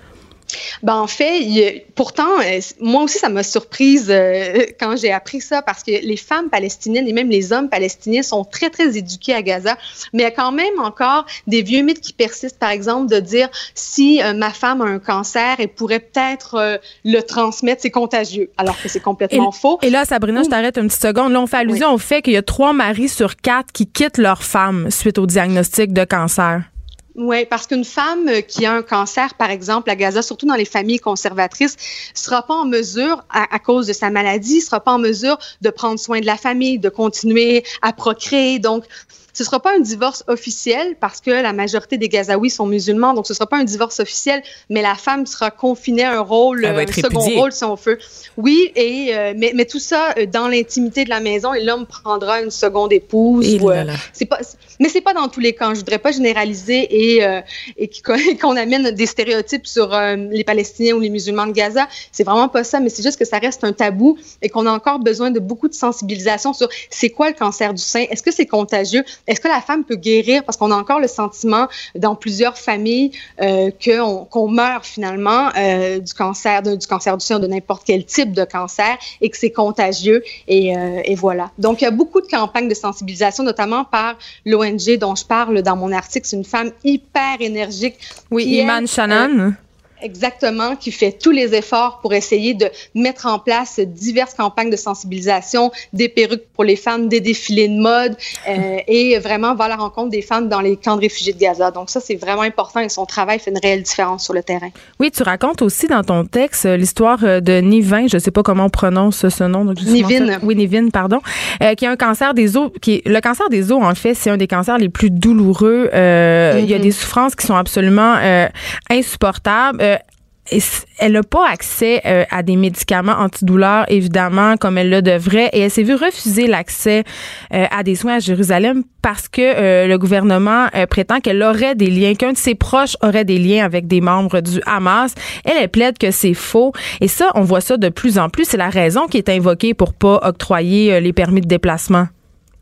Ben en fait, il, pourtant, moi aussi, ça m'a surprise euh, quand j'ai appris ça parce que les femmes palestiniennes et même les hommes palestiniens sont très, très éduqués à Gaza, mais il y a quand même encore des vieux mythes qui persistent, par exemple, de dire si euh, ma femme a un cancer, elle pourrait peut-être euh, le transmettre, c'est contagieux, alors que c'est complètement et, faux. Et là, Sabrina, Ouh. je t'arrête une petite seconde. Là, on fait allusion oui. au fait qu'il y a trois maris sur quatre qui quittent leur femme suite au diagnostic de cancer. Oui, parce qu'une femme qui a un cancer, par exemple, à Gaza, surtout dans les familles conservatrices, sera pas en mesure, à, à cause de sa maladie, sera pas en mesure de prendre soin de la famille, de continuer à procréer. Donc, ce ne sera pas un divorce officiel parce que la majorité des Gazaouis sont musulmans, donc ce ne sera pas un divorce officiel, mais la femme sera confinée à un rôle, un second rôle, si on veut. Oui, et, euh, mais, mais tout ça euh, dans l'intimité de la maison et l'homme prendra une seconde épouse. Ou, euh, c'est pas, mais ce n'est pas dans tous les cas. Je ne voudrais pas généraliser et, euh, et qu'on amène des stéréotypes sur euh, les Palestiniens ou les musulmans de Gaza. C'est vraiment pas ça, mais c'est juste que ça reste un tabou et qu'on a encore besoin de beaucoup de sensibilisation sur c'est quoi le cancer du sein, est-ce que c'est contagieux? Est-ce que la femme peut guérir? Parce qu'on a encore le sentiment dans plusieurs familles euh, qu'on, qu'on meurt finalement euh, du cancer, de, du cancer du sein ou de n'importe quel type de cancer et que c'est contagieux. Et, euh, et voilà. Donc, il y a beaucoup de campagnes de sensibilisation, notamment par l'O N G dont je parle dans mon article. C'est une femme hyper énergique. Oui, Iman Shannon. Euh, Exactement, qui fait tous les efforts pour essayer de mettre en place diverses campagnes de sensibilisation, des perruques pour les femmes, des défilés de mode euh, et vraiment va à la rencontre des femmes dans les camps de réfugiés de Gaza. Donc ça, c'est vraiment important et son travail fait une réelle différence sur le terrain. Oui, tu racontes aussi dans ton texte l'histoire de Nivin, je ne sais pas comment on prononce ce nom. Donc Nivin. Oui, Nivin, pardon, euh, qui a un cancer des os. Qui est, le cancer des os, en fait, c'est un des cancers les plus douloureux. Euh, mm-hmm. Il y a des souffrances qui sont absolument euh, insupportables. Euh, Et elle n'a pas accès euh, à des médicaments antidouleurs, évidemment, comme elle le devrait. Et elle s'est vue refuser l'accès euh, à des soins à Jérusalem parce que euh, le gouvernement euh, prétend qu'elle aurait des liens, qu'un de ses proches aurait des liens avec des membres du Hamas. Elle, elle plaide que c'est faux. Et ça, on voit ça de plus en plus. C'est la raison qui est invoquée pour pas octroyer euh, les permis de déplacement.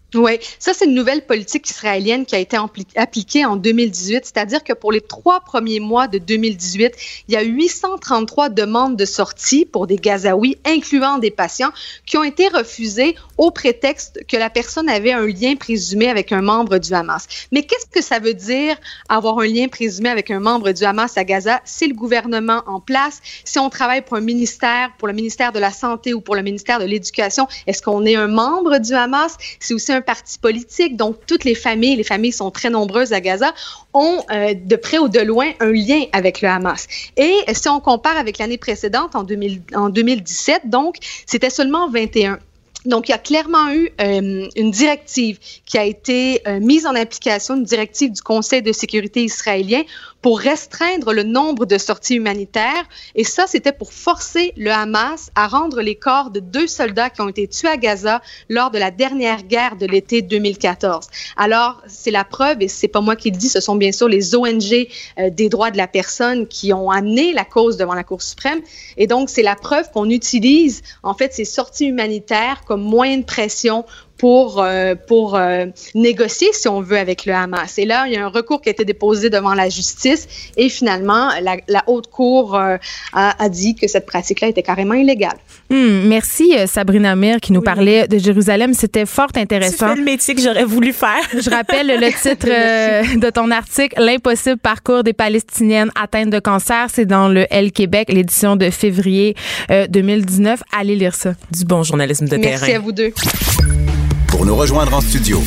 Oui, ça, c'est une nouvelle politique israélienne qui a été ampli- appliquée en deux mille dix-huit, c'est-à-dire que pour les trois premiers mois de deux mille dix-huit, il y a huit cent trente-trois demandes de sortie pour des Gazaouis, incluant des patients, qui ont été refusées au prétexte que la personne avait un lien présumé avec un membre du Hamas. Mais qu'est-ce que ça veut dire avoir un lien présumé avec un membre du Hamas à Gaza? C'est le gouvernement en place. Si on travaille pour un ministère, pour le ministère de la Santé ou pour le ministère de l'Éducation, est-ce qu'on est un membre du Hamas? C'est aussi un parti politique, donc toutes les familles, les familles sont très nombreuses à Gaza, ont euh, de près ou de loin un lien avec le Hamas. Et si on compare avec l'année précédente, en, deux mille, en deux mille dix-sept, donc, c'était seulement vingt et un. Donc, il y a clairement eu euh, une directive qui a été euh, mise en application, une directive du Conseil de sécurité israélien pour restreindre le nombre de sorties humanitaires. Et ça, c'était pour forcer le Hamas à rendre les corps de deux soldats qui ont été tués à Gaza lors de la dernière guerre de l'été deux mille quatorze. Alors, c'est la preuve, et c'est pas moi qui le dis, ce sont bien sûr les O N G euh, des droits de la personne qui ont amené la cause devant la Cour suprême. Et donc, c'est la preuve qu'on utilise, en fait, ces sorties humanitaires comme moyen de pression pour, euh, pour euh, négocier, si on veut, avec le Hamas. Et là, il y a un recours qui a été déposé devant la justice et finalement, la, la Haute Cour euh, a, a dit que cette pratique-là était carrément illégale. Hum, merci Sabrina Mir qui nous oui. parlait de Jérusalem. C'était fort intéressant. Tu fais le métier que j'aurais voulu faire. Je rappelle le titre euh, de ton article, L'impossible parcours des Palestiniennes atteintes de cancer. C'est dans le Elle Québec, l'édition de février euh, deux mille dix-neuf. Allez lire ça. Du bon journalisme de Merci terrain. Merci à vous deux. Pour nous rejoindre en studio.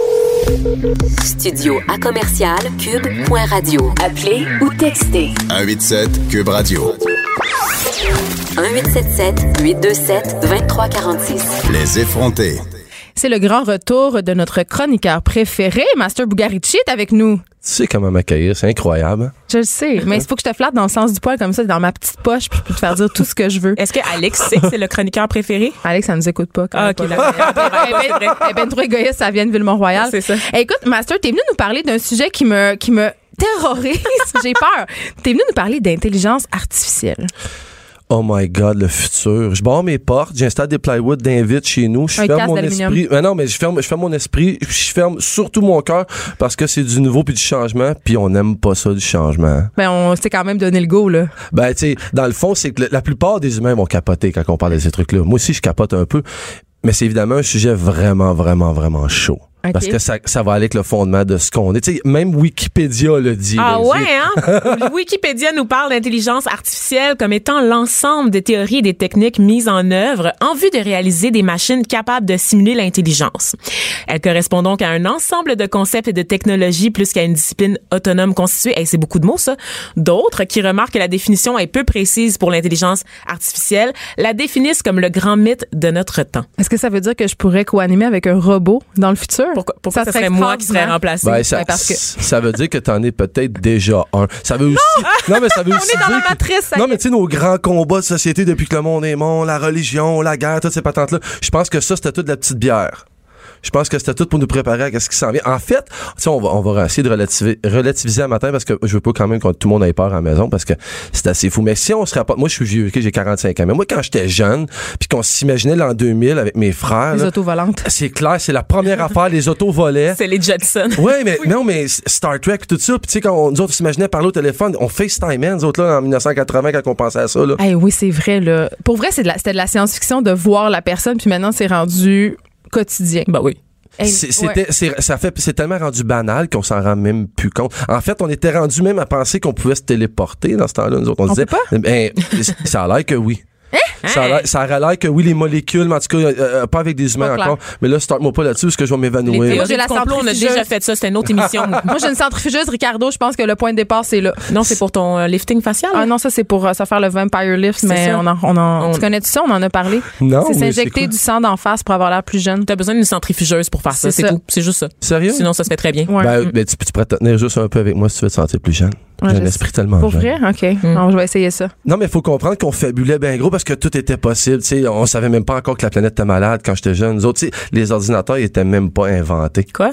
Studio à commercial cube point radio. Appelez ou textez. un huit sept Cube Radio. un huit sept sept huit deux sept deux trois quatre six. Les effrontés. C'est le grand retour de notre chroniqueur préféré, Master Bugarici, est avec nous. Tu sais comment m'accueillir, c'est incroyable. Je le sais, mais il faut que je te flatte dans le sens du poil comme ça, dans ma petite poche, puis je peux te faire dire tout ce que je veux. Est-ce que Alex sait que c'est le chroniqueur préféré? Alex, ça nous écoute pas. Quand ah, ok, là. Elle est ben trop égoïste, ça vient de Villemont-Royal. C'est ça. Hey, écoute, Master, t'es venu nous parler d'un sujet qui me, qui me terrorise. J'ai peur. T'es venu nous parler d'intelligence artificielle. Oh my God, le futur. Je barre mes portes, j'installe des plywood d'invite chez nous, je un ferme mon esprit. Mais non, mais je ferme, je ferme mon esprit, je ferme surtout mon cœur parce que c'est du nouveau puis du changement, puis on n'aime pas ça du changement. Ben on s'est quand même donné le go là. Ben tu sais, dans le fond, c'est que le, la plupart des humains vont capoter quand on parle de ces trucs-là. Moi aussi, je capote un peu, mais c'est évidemment un sujet vraiment, vraiment, vraiment chaud. Okay. Parce que ça, ça va aller avec le fondement de ce qu'on est. Tu sais, même Wikipédia le dit. Ah là, ouais, hein? Wikipédia nous parle d'intelligence artificielle comme étant l'ensemble des théories et des techniques mises en œuvre en vue de réaliser des machines capables de simuler l'intelligence. Elle correspond donc à un ensemble de concepts et de technologies plus qu'à une discipline autonome constituée. Hey, c'est beaucoup de mots, ça. D'autres qui remarquent que la définition est peu précise pour l'intelligence artificielle la définissent comme le grand mythe de notre temps. Est-ce que ça veut dire que je pourrais co-animer avec un robot dans le futur? Pourquoi, pourquoi ça, ça serait moi qui serais remplacé? Ben, ça, ouais, parce que... ça veut dire que t'en es peut-être déjà un. Ça veut aussi... Non, non mais ça veut on aussi est dans dire la matrice, que... Non, mais tu sais, nos grands combats de société depuis que le monde est monde, la religion, la guerre, toutes ces patentes-là, je pense que ça, c'était toute la petite bière. Je pense que c'était tout pour nous préparer à ce qui s'en vient. En fait, tu sais, on va, on va essayer de relativiser, relativiser un matin parce que je veux pas quand même que tout le monde ait peur à la maison parce que c'est assez fou. Mais si on se rapporte, moi je suis vieux, okay, j'ai quarante-cinq ans, mais moi quand j'étais jeune, puis qu'on s'imaginait l'an deux mille avec mes frères. Les là, autos volantes. C'est clair, c'est la première affaire, les autos volaient. C'est les Jetsons. Ouais, mais oui. non, mais Star Trek tout ça, puis tu sais quand on, nous autres s'imaginait parler au téléphone, on FaceTime, nous autres là en dix-neuf cent quatre-vingts quand on pensait à ça là. Hey, oui, c'est vrai là. Pour vrai, c'est de la, c'était de la science-fiction de voir la personne, puis maintenant c'est rendu quotidien. Ben oui. C'est, c'était, ouais. c'est, ça fait, c'est tellement rendu banal qu'on s'en rend même plus compte. En fait, on était rendu même à penser qu'on pouvait se téléporter dans ce temps-là. Nous autres, on, on disait, ben, ça a l'air que oui. Hein? Ça, a l'air, ça aurait l'air que oui, les molécules, mais en tout cas, euh, pas avec des humains pas encore. Clair. Mais là, start-moi pas là-dessus parce que je vais m'évanouir. Les théories du complot, on a déjà fait ça. C'était une autre émission. Moi, j'ai une centrifugeuse, Ricardo. Je pense que le point de départ, c'est là. Non, c'est pour ton euh, lifting facial. Ah non, ça, c'est pour euh, ça faire le vampire lift. C'est mais ça. on en, on en, on... Tu connais tout ça? On en a parlé. Non. C'est s'injecter c'est du sang d'en face pour avoir l'air plus jeune. T'as besoin d'une centrifugeuse pour faire ça. C'est, c'est tout. C'est juste ça. Sérieux? Sinon, ça se fait très bien. Ouais. Ben, ben, tu, tu pourrais te tenir juste un peu avec moi si tu veux te sentir plus jeune. Ouais, j'ai un esprit tellement pour jeune. Pour vrai? OK. Mm. Non, je vais essayer ça. Non, mais il faut comprendre qu'on fabulait bien gros parce que tout était possible. T'sais, on savait même pas encore que la planète était malade quand j'étais jeune. Nous autres, les ordinateurs ils étaient même pas inventés. Quoi?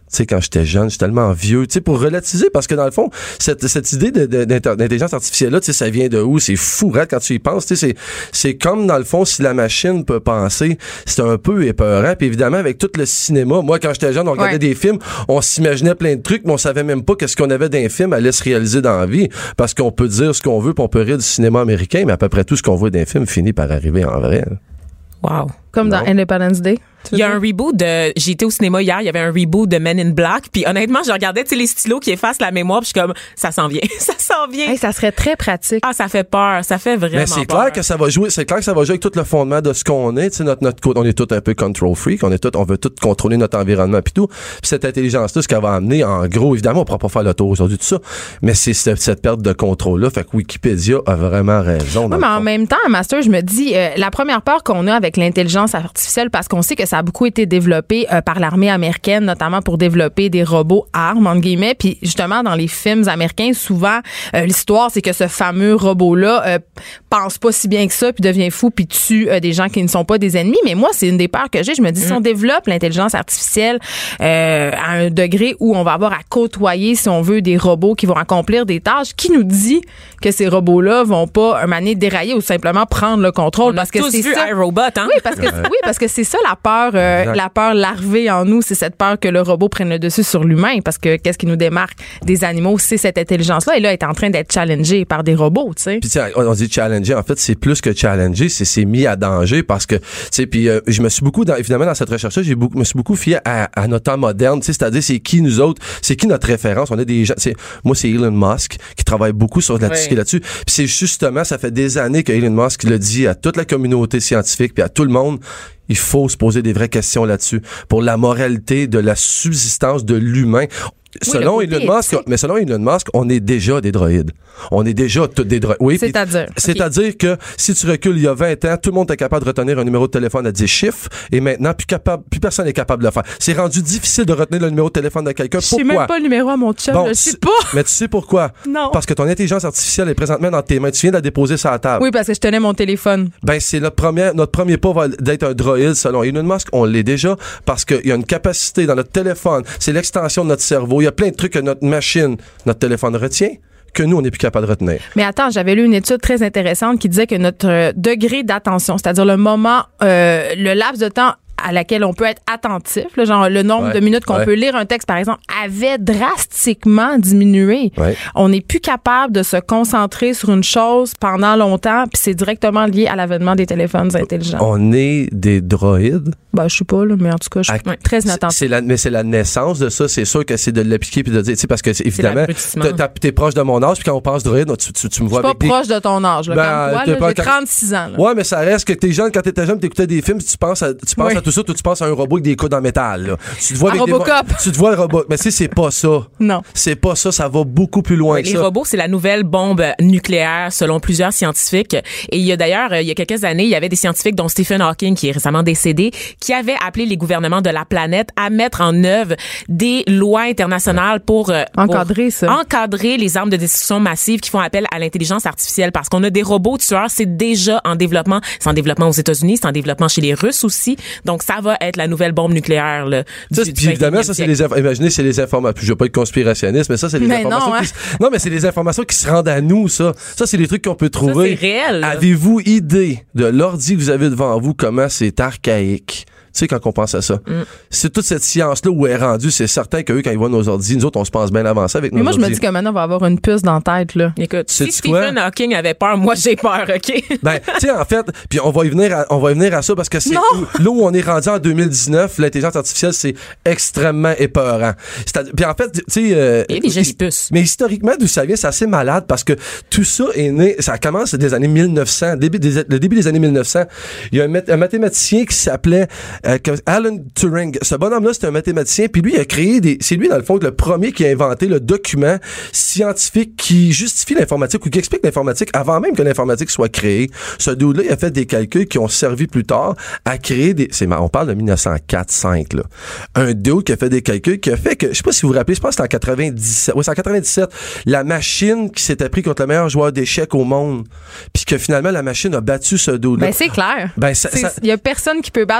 Tu sais, quand j'étais jeune, je suis tellement vieux. Tu sais, pour relativiser, parce que dans le fond, cette, cette idée de, de, d'intelligence artificielle-là, tu sais, ça vient de où? C'est fou, hein, quand tu y penses. Tu sais, c'est, c'est comme, dans le fond, si la machine peut penser, c'est un peu épeurant. Puis évidemment, avec tout le cinéma, moi, quand j'étais jeune, on regardait ouais. des films, on s'imaginait plein de trucs, mais on savait même pas qu'est-ce qu'on avait d'un film allait se réaliser dans la vie. Parce qu'on peut dire ce qu'on veut, puis on peut rire du cinéma américain, mais à peu près tout ce qu'on voit d'un film finit par arriver en vrai. Wow. Comme non. dans Independence Day. Il y a un reboot de, j'ai été au cinéma hier, il y avait un reboot de Men in Black, puis honnêtement, je regardais, tu sais, les stylos qui effacent la mémoire, puis je suis comme, ça s'en vient, ça s'en vient. Hey, ça serait très pratique. Ah, ça fait peur, ça fait vraiment Mais c'est peur. clair que ça va jouer, c'est clair que ça va jouer avec tout le fondement de ce qu'on est, tu sais, notre, notre, on est tous un peu control freak, on est tous, on veut tout contrôler notre environnement puis tout, puis cette intelligence-là, ce qu'elle va amener, en gros, évidemment, on pourra pas faire le tour aujourd'hui de tout ça, mais c'est cette, cette perte de contrôle-là, fait que Wikipédia a vraiment raison. Oui, mais en même temps, Master, je me dis, euh, la première peur qu'on a avec l'intelligence artificielle, parce qu'on sait que ça a beaucoup été développé euh, par l'armée américaine, notamment pour développer des robots armes, entre guillemets. Puis justement, dans les films américains, souvent, euh, l'histoire, c'est que ce fameux robot-là euh, pense pas si bien que ça, puis devient fou, puis tue euh, des gens qui ne sont pas des ennemis. Mais moi, c'est une des peurs que j'ai. Je me dis, mmh. si on développe l'intelligence artificielle euh, à un degré où on va avoir à côtoyer, si on veut, des robots qui vont accomplir des tâches, qui nous dit que ces robots-là vont pas un moment donné dérailler ou simplement prendre le contrôle? On parce a que tous c'est vu ça. iRobot, hein? Oui, parce que oui, parce que c'est ça la peur, euh, la peur larvée en nous, c'est cette peur que le robot prenne le dessus sur l'humain, parce que qu'est-ce qui nous démarque des animaux, c'est cette intelligence-là, et là, elle est en train d'être challengée par des robots, tu sais. Puis on dit challenger, en fait, c'est plus que challenger, c'est c'est mis à danger, parce que, tu sais, puis euh, je me suis beaucoup, dans, évidemment, dans cette recherche-là, j'ai beaucoup, me suis beaucoup fié à, à notre temps moderne, tu sais, c'est-à-dire, c'est qui nous autres, c'est qui notre référence, on a des gens, c'est, moi, c'est Elon Musk, qui travaille beaucoup sur là-dessus, oui. là-dessus, puis c'est justement, ça fait des années que Elon Musk le dit à toute la communauté scientifique, puis à tout le monde, il faut se poser des vraies questions là-dessus pour la moralité de la subsistance de l'humain. Selon oui, Elon Musk, mais selon Elon Musk, on est déjà des droïdes. On est déjà tous des droïdes. Oui, c'est-à-dire? C'est-à-dire okay. que si tu recules il y a vingt ans, tout le monde était capable de retenir un numéro de téléphone à dix chiffres, et maintenant, plus capable, plus personne n'est capable de le faire. C'est rendu difficile de retenir le numéro de téléphone de quelqu'un. Pourquoi? Je sais même pas le numéro à mon chum, bon, je sais pas. Mais tu sais pourquoi? Non. Parce que ton intelligence artificielle est présentement dans tes mains. Tu viens de la déposer sur la table. Oui, parce que je tenais mon téléphone. Ben, c'est notre premier, notre premier pas va d'être un droïde, selon Elon Musk. On l'est déjà, parce qu'il y a une capacité dans notre téléphone. C'est l'extension de notre cerveau. Il y a plein de trucs que notre machine, notre téléphone retient, que nous, on n'est plus capable de retenir. Mais attends, j'avais lu une étude très intéressante qui disait que notre euh, degré d'attention, c'est-à-dire le moment, euh, le laps de temps à laquelle on peut être attentif, là, genre le nombre ouais, de minutes qu'on ouais. peut lire un texte, par exemple, avait drastiquement diminué. Ouais. On n'est plus capable de se concentrer sur une chose pendant longtemps, puis c'est directement lié à l'avènement des téléphones intelligents. On est des droïdes? Ben, je sais pas, là, mais en tout cas, je suis à, très inattentif. C'est la, mais c'est la naissance de ça, c'est sûr que c'est de l'appliquer puis de dire, tu sais, parce que c'est, évidemment, t'es, t'es proche de mon âge, puis quand on pense droïde, tu, tu, tu me vois je suis avec pas des... proche de ton âge, là, ben, comme toi, là, j'ai quand... trente-six ans. Là. Ouais, mais ça reste que t'es jeune, quand t'étais jeune, t'écoutais des films, tu penses à, tu penses oui. à tout ça, toi, tu penses à un robot avec des coudes en métal, là. Tu te vois à avec Robocop. Des... Tu te vois le robot. Mais tu sais, c'est pas ça. Non. C'est pas ça, ça va beaucoup plus loin oui, que les ça. Les robots, c'est la nouvelle bombe nucléaire, selon plusieurs scientifiques. Et il y a d'ailleurs, il y a quelques années, il y avait des scientifiques, dont Stephen Hawking, qui est récemment décédé, qui avaient appelé les gouvernements de la planète à mettre en œuvre des lois internationales pour, encadrer pour ça. encadrer les armes de destruction massive qui font appel à l'intelligence artificielle, parce qu'on a des robots tueurs, c'est déjà en développement. C'est en développement aux États-Unis, c'est en développement chez les Russes aussi. Donc, ça va être la nouvelle bombe nucléaire, là. Ça, du, puis du évidemment, ça, c'est les, inf- imaginez, c'est les informations. Je veux pas être conspirationniste, mais ça, c'est les mais informations non, hein? qui se, non, mais c'est les informations qui se rendent à nous, ça. Ça, c'est les trucs qu'on peut trouver. Ça, c'est réel. Là. Avez-vous idée de l'ordi que vous avez devant vous, comment c'est archaïque? Tu sais, quand on pense à ça. Mm. C'est toute cette science-là où elle est rendue, c'est certain qu'eux, quand ils voient nos ordi, nous autres, on se pense bien avancé avec mais nos moi, ordi. je me dis que maintenant, on va avoir une puce dans la tête, là. Écoute, c'est si Stephen quoi? Hawking avait peur, moi, j'ai peur, OK? Ben, tu sais, en fait, puis on va y venir à, on va y venir à ça parce que c'est où, là où on est rendu en deux mille dix-neuf, l'intelligence artificielle, c'est extrêmement épeurant. Puis en fait, tu sais... Euh, il y a des jolies puces. Mais historiquement, d'où ça vient, c'est assez malade parce que tout ça est né, ça commence des années mille neuf cents, début des, le début des années mille neuf cents. Il y a un, un mathématicien qui s'appelait euh, Alan Turing. Ce bonhomme-là, c'est un mathématicien, puis lui, il a créé des... C'est lui, dans le fond, le premier qui a inventé le document scientifique qui justifie l'informatique ou qui explique l'informatique avant même que l'informatique soit créée. Ce dude-là, il a fait des calculs qui ont servi plus tard à créer des... C'est, on parle de mille neuf cent quatre cinq, là. Un dude qui a fait des calculs qui a fait que... Je sais pas si vous vous rappelez, je pense que c'est en quatre-vingt-dix-sept. Oui, c'est en quatre-vingt-dix-sept. La machine qui s'était pris contre le meilleur joueur d'échecs au monde. Puis que finalement, la machine a battu ce dude-là. Ben, c'est clair. Ben, ça... Il y a personne qui peut battre un raisonnement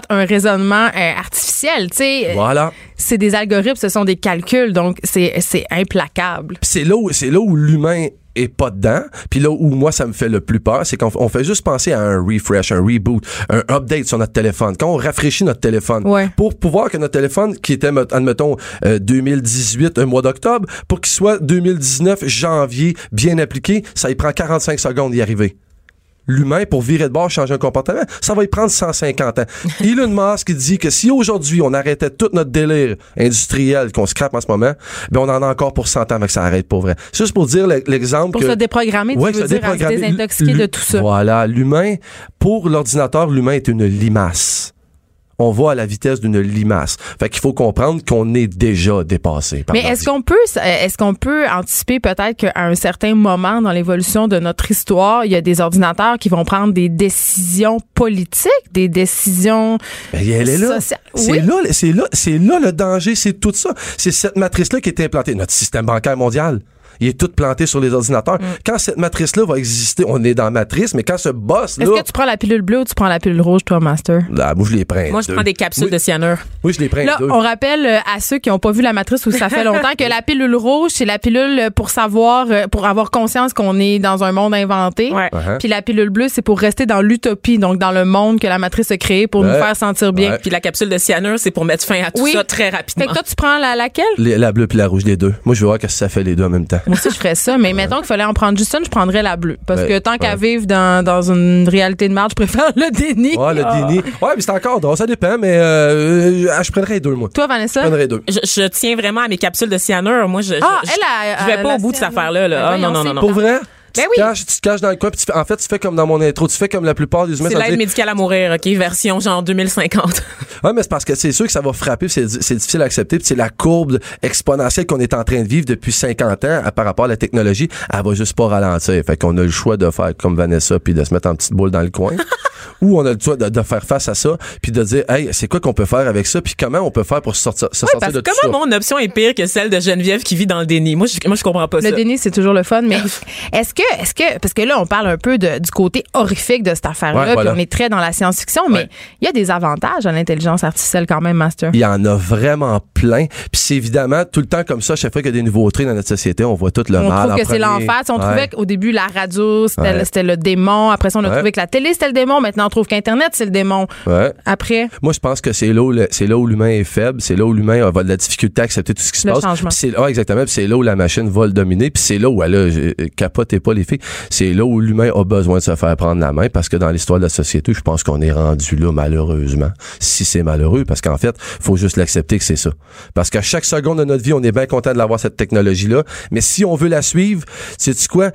raisonnement euh, artificiel, tu sais. Voilà. C'est des algorithmes, ce sont des calculs, donc c'est, c'est implacable. Puis c'est là où, c'est là où l'humain est pas dedans. Puis là où moi ça me fait le plus peur, c'est qu'on on fait juste penser à un refresh, un reboot, un update sur notre téléphone. Quand on rafraîchit notre téléphone, ouais. pour pouvoir que notre téléphone, qui était, admettons, euh, deux mille dix-huit, un mois d'octobre, pour qu'il soit deux mille dix-neuf, janvier, bien appliqué, ça y prend quarante-cinq secondes d'y arriver. L'humain, pour virer de bord, changer un comportement, ça va y prendre cent cinquante ans. Elon Musk dit que si aujourd'hui on arrêtait tout notre délire industriel qu'on scrape en ce moment, ben on en a encore pour cent ans avec ça arrête pour vrai. C'est juste pour dire l'exemple pour que... se déprogrammer, ouais, tu veux se dire, à se désintoxiquer de tout ça. Voilà, l'humain, pour l'ordinateur, l'humain est une limace. On va à la vitesse d'une limace. Fait qu'il faut comprendre qu'on est déjà dépassé. Par Mais est-ce qu'on peut, est-ce qu'on peut anticiper peut-être qu'à un certain moment dans l'évolution de notre histoire, il y a des ordinateurs qui vont prendre des décisions politiques, des décisions ben, elle est là. sociales? C'est oui. là, c'est là, c'est là le danger, c'est tout ça. C'est cette matrice-là qui est implantée. Notre système bancaire mondial. Il est tout planté sur les ordinateurs. Mm. Quand cette matrice-là va exister, on est dans la matrice, mais quand ce boss-là... Est-ce que tu prends la pilule bleue ou tu prends la pilule rouge, toi, Master? Là, moi, je les prends. Moi, je deux. prends des capsules oui. de cyanure. Oui, je les prends Là, deux. on rappelle à ceux qui n'ont pas vu la matrice où ça fait longtemps que la pilule rouge, c'est la pilule pour savoir, pour avoir conscience qu'on est dans un monde inventé. Ouais. Uh-huh. Puis la pilule bleue, c'est pour rester dans l'utopie, donc dans le monde que la matrice a créé pour ouais. nous faire sentir bien. Ouais. Puis la capsule de cyanure, c'est pour mettre fin à tout oui. ça très rapidement. Fait que toi, tu prends la, laquelle? Les, la bleue puis la rouge, les deux. Moi, je veux voir que ça fait les deux en même temps. Moi aussi, je ferais ça, mais mettons qu'il fallait en prendre juste une, je prendrais la bleue. Parce ouais, que tant qu'à ouais. vivre dans, dans une réalité de merde, je préfère le déni. Ouais, le déni. Ouais, mais c'est encore drôle, ça dépend, mais euh, je prendrais les deux, moi. Toi, Vanessa? Je prendrais deux. Je, je tiens vraiment à mes capsules de cyanure. Moi, je, ah, je, elle a, je vais pas au bout de cette affaire-là. Là. Ah, non, non, non, non. Pour vrai? Ben tu, oui. te caches, tu te caches dans le coin, puis tu fais, en fait, tu fais comme dans mon intro, tu fais comme la plupart des humains. C'est l'aide médicale à mourir, OK, version genre deux mille cinquante. Ouais, mais c'est parce que c'est sûr que ça va frapper, c'est, c'est difficile à accepter, puis c'est la courbe exponentielle qu'on est en train de vivre depuis cinquante ans à, par rapport à la technologie, elle va juste pas ralentir. Fait qu'on a le choix de faire comme Vanessa, puis de se mettre en petite boule dans le coin. Ou on a le choix de, de faire face à ça, puis de dire, hey, c'est quoi qu'on peut faire avec ça, puis comment on peut faire pour se sortir, se ouais, sortir de tout ça. Comment mon option est pire que celle de Geneviève qui vit dans le déni? Moi, je, moi, je comprends pas le ça. Le déni, c'est toujours le fun, mais est-ce que, est-ce que, parce que là, on parle un peu de, du côté horrifique de cette affaire-là, ouais, voilà. puis on est très dans la science-fiction, mais il ouais. y a des avantages à l'intelligence artificielle quand même, Master. Il y en a vraiment plein, puis c'est évidemment tout le temps comme ça, chaque fois qu'il y a des nouveautés dans notre société, on voit tout le on mal. On trouve que premier. c'est l'enfer. On ouais. trouvait qu'au début, la radio, c'était, ouais. le, c'était le démon. Après ça, on a ouais. trouvé que la télé, c'était le démon. Maintenant, on trouve qu'Internet, c'est le démon. Ouais. Après. Moi, je pense que c'est là où, le, c'est là où l'humain est faible, c'est là où l'humain a de la difficulté à accepter tout ce qui se le passe. Changement. Puis c'est là, exactement, puis c'est là où la machine va le dominer, puis c'est là où elle a, capotez pas les filles, c'est là où l'humain a besoin de se faire prendre la main, parce que dans l'histoire de la société, je pense qu'on est rendu là, malheureusement. Si c'est malheureux, parce qu'en fait, faut juste l'accepter que c'est ça. Parce qu'à chaque seconde de notre vie, on est bien content de l'avoir, cette technologie-là, mais si on veut la suivre, sais-tu quoi?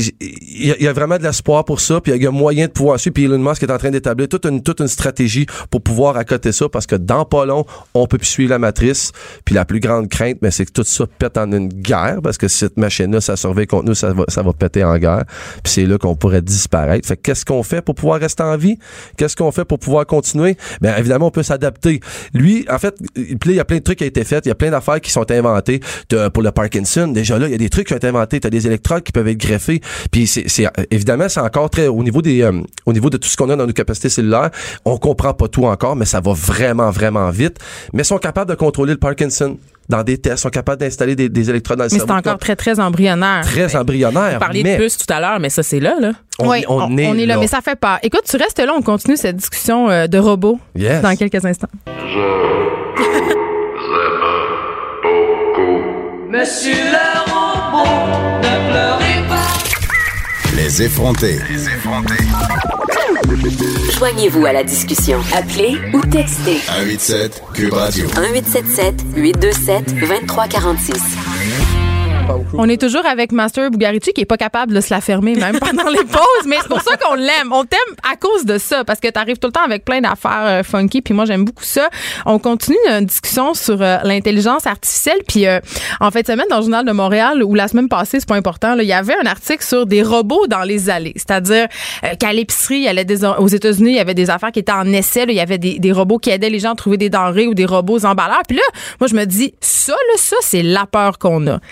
Il y, y a vraiment de l'espoir pour ça, puis il y a moyen de pouvoir suivre, puis Elon Musk est en train d'établir toute une, toute une stratégie pour pouvoir accoter ça, parce que dans pas long, on peut plus suivre la matrice, puis la plus grande crainte, mais c'est que tout ça pète en une guerre, parce que cette machine-là, ça surveille contre nous, ça va, ça va péter en guerre, puis c'est là qu'on pourrait disparaître. Fait que qu'est-ce qu'on fait pour pouvoir rester en vie? Qu'est-ce qu'on fait pour pouvoir continuer? Bien, évidemment, on peut s'adapter. Lui, en fait, il y a plein de trucs qui ont été faits, il y a plein d'affaires qui sont inventées. T'as, pour le Parkinson, déjà là, il y a des trucs qui ont été inventés, t'as des électrodes qui peuvent être greffés, puis c'est, c'est évidemment, c'est encore très, au niveau des, euh, au niveau de tout ce qu'on a dans nos capacités cellulaires, on comprend pas tout encore, mais ça va vraiment, vraiment vite. Mais ils sont capables de contrôler le Parkinson. Dans des tests, sont capables d'installer des, des électrodes dans le mais cerveau. Mais c'est encore très, très embryonnaire. Très embryonnaire. Vous parliez mais... de puces tout à l'heure, mais ça, c'est là, là. On, oui, on, on, est, on est là, là, mais ça fait peur. Écoute, tu restes là, on continue cette discussion euh, de robots yes. dans quelques instants. Je vous aime beaucoup. Monsieur le robot, ne pleurez pas. Les effrontés. Les effrontés. Joignez-vous à la discussion. Appelez ou textez. un huit sept Cube Radio. un huit sept sept huit deux sept deux trois quatre six. On est toujours avec Master Bugarici qui est pas capable de se la fermer même pendant les pauses, mais c'est pour ça qu'on l'aime. On t'aime à cause de ça, parce que t'arrives tout le temps avec plein d'affaires euh, funky, puis moi j'aime beaucoup ça. On continue une discussion sur euh, l'intelligence artificielle, puis euh, en fin de semaine dans le Journal de Montréal, ou la semaine passée, c'est pas important, il y avait un article sur des robots dans les allées, c'est-à-dire euh, qu'à l'épicerie, il y allait des, aux États-Unis, il y avait des affaires qui étaient en essai, là, il y avait des, des robots qui aidaient les gens à trouver des denrées ou des robots emballeurs, puis là, moi je me dis, ça, là, ça, c'est la peur qu'on a. Mm-hmm. De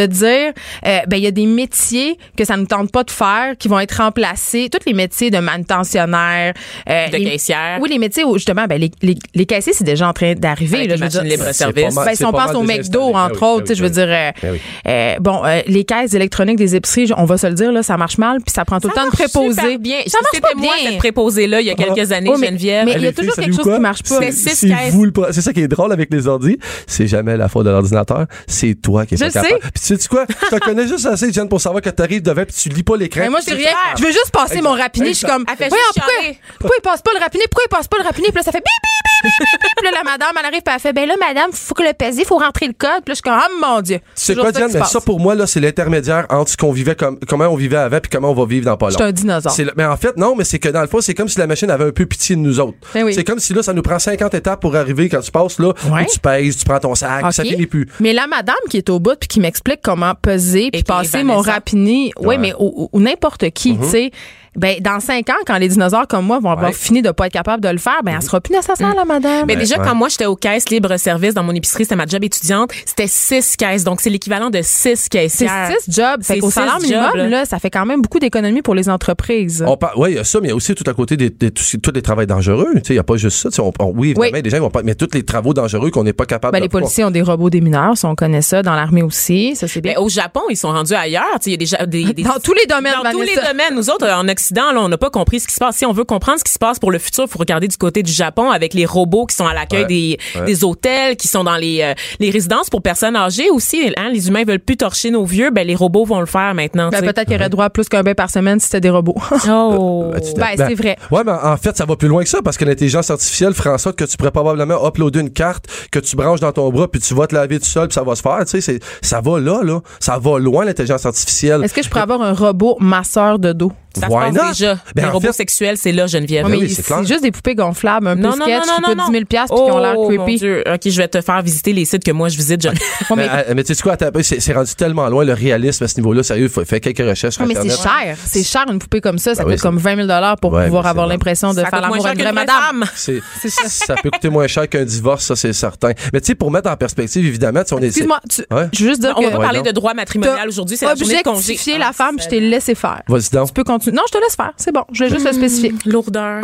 dire, euh, ben il y a des métiers que ça ne tente pas de faire, qui vont être remplacés. Tous les métiers de manutentionnaire, euh, de les, caissière. Oui, les métiers où justement, ben les, les, les caissiers, c'est déjà en train d'arriver. Avec Là, les je veux machines dire, libre-service. ben, si on pense au McDo, entre autres, je veux dire, euh, euh, bon, euh, les caisses électroniques des épiceries, on va se le dire, là, ça marche mal, puis ça prend tout Ça le temps de marche préposer. super bien. Ça marche pas C'était moi, bien. cette préposée-là, il y a quelques années, Oh, mais- Geneviève. mais il y a les toujours filles, quelque savez-vous chose quoi? qui marche pas. C'est six C'est caisses. vous le pro- c'est ça qui est drôle avec les ordi, c'est jamais la faute de l'ordinateur, c'est toi qui es Je pas sais. capable. Puis tu sais quoi, je te connais juste assez, Jen, pour savoir que t'arrives devant puis tu lis pas l'écran. Mais moi, je dis Puis rien. Je veux juste passer mon rapiné. Je suis comme, Elle fait voyons, juste pourquoi, chialer. pourquoi il passe pas le rapiné? Pourquoi il passe pas le rapiné? Puis là, ça fait bip, bip, bip, bip, bip. Puis là, la madame, elle arrive, puis elle fait, ben là, madame, faut que le peser, faut rentrer le code. Puis là, je suis comme, ah, mon Dieu. c'est Toujours quoi, ça Jen? qui se Mais passe. ça, pour moi, là, c'est l'intermédiaire entre ce qu'on vivait comme, comment on vivait avant puis comment on va vivre dans pas Je long. suis un dinosaure. C'est le- mais en fait, non, mais c'est que dans le fond, c'est comme si la machine avait un peu pitié de nous autres. Ben oui. C'est comme si là, ça nous prend cinquante étapes pour arriver quand tu passes là, Ouais. où tu pèses, tu prends ton sac, OK. ça finit plus. Mais la madame qui est au bout puis qui m'explique comment peser puis Et qui est passer mon Vanessa. rapiné, oui, Ouais. mais ou, ou n'importe qui, Mhm. tu sais. Ben, dans cinq ans, quand les dinosaures comme moi vont avoir Ouais. fini de pas être capables de le faire, ben, elle sera plus nécessaire, la madame. Mais déjà, ouais. quand moi, j'étais aux caisses libre-service dans mon épicerie, c'était ma job étudiante, c'était six caisses. Donc, c'est l'équivalent de six C'est caissières. six jobs. Fait C'est qu'au six salaire minimum, jobs, là. là, ça fait quand même beaucoup d'économies pour les entreprises. On par... Oui, il y a ça, mais il y a aussi tout à côté des, des- tous, tous les travaux dangereux. Tu sais, il n'y a pas juste ça. Tu sais, On, on- oui, évidemment, Oui. des gens vont pas. Mais tous les travaux dangereux qu'on n'est pas capable Ben, de les policiers ont des robots démineurs, si on connaît ça, dans l'armée aussi. Ça, c'est bien. Mais au Japon, ils sont rendus ailleurs. Tu sais, il y a déjà des, des- Dans tous les domaines, Dans tous les Vanessa. domaines. Nous autres, en Occident, là, on n'a pas compris ce qui se passe. Si on veut comprendre ce qui se passe pour le futur, il faut regarder du côté du Japon avec les robots qui sont à l'accueil Ouais. des, Ouais. des hôtels, qui sont dans les, euh, les résidences pour personnes âgées aussi. Hein, les humains veulent plus torcher nos vieux, ben les robots vont le faire maintenant. Ben, tu sais. peut-être qu'il y aurait droit à plus qu'un bain par semaine si c'était des robots. Oh. Ben, tu Ben, c'est vrai. Ouais, mais en fait, ça va plus loin que ça parce que l'intelligence artificielle fera en sorte que tu pourrais probablement uploader une carte que tu branches dans ton bras puis tu vas te laver tout seul puis ça va se faire. Tu sais, c'est- ça va là, là. Ça va loin, l'intelligence artificielle. Est-ce que je pourrais avoir un robot masseur de dos? Ça se Why passe not? déjà. Ben, les en robots fait- sexuels, c'est là, Geneviève. Ouais, mais oui, c'est c'est clair. juste des poupées gonflables, un Non, peu non, sketch, non, qui non, coûtent non. dix mille dollars puis qui ont l'air Oh, mon creepy. Dieu. OK, je vais te faire visiter les sites que moi, je visite. Je... Ouais, Mais, mais, euh, mais tu sais quoi, attends un peu, c'est c'est rendu tellement loin le réalisme à ce niveau-là. Sérieux, faut faire quelques recherches sur ouais, mais c'est Internet. cher. C'est cher, une poupée comme ça. Ça Ben oui, coûte comme vingt mille dollars pour Ouais, pouvoir mais avoir c'est l'impression de Ça faire coûte moins l'amour à cher une qu'une vraie vraie madame. femme. C'est, ça peut coûter moins cher qu'un divorce, ça, c'est certain. Mais tu sais, pour mettre en perspective, évidemment, tu sais, on est. Excuse-moi, tu- Ouais. je veux juste dire On va que pas parler non. de droit matrimonial t'as aujourd'hui, c'est la journée de congé. objectifié la femme, puis je t'ai laissé faire. Vas-y donc. Tu peux continuer. Non, je te laisse faire. C'est bon. Je voulais juste le spécifier. Lourdeur.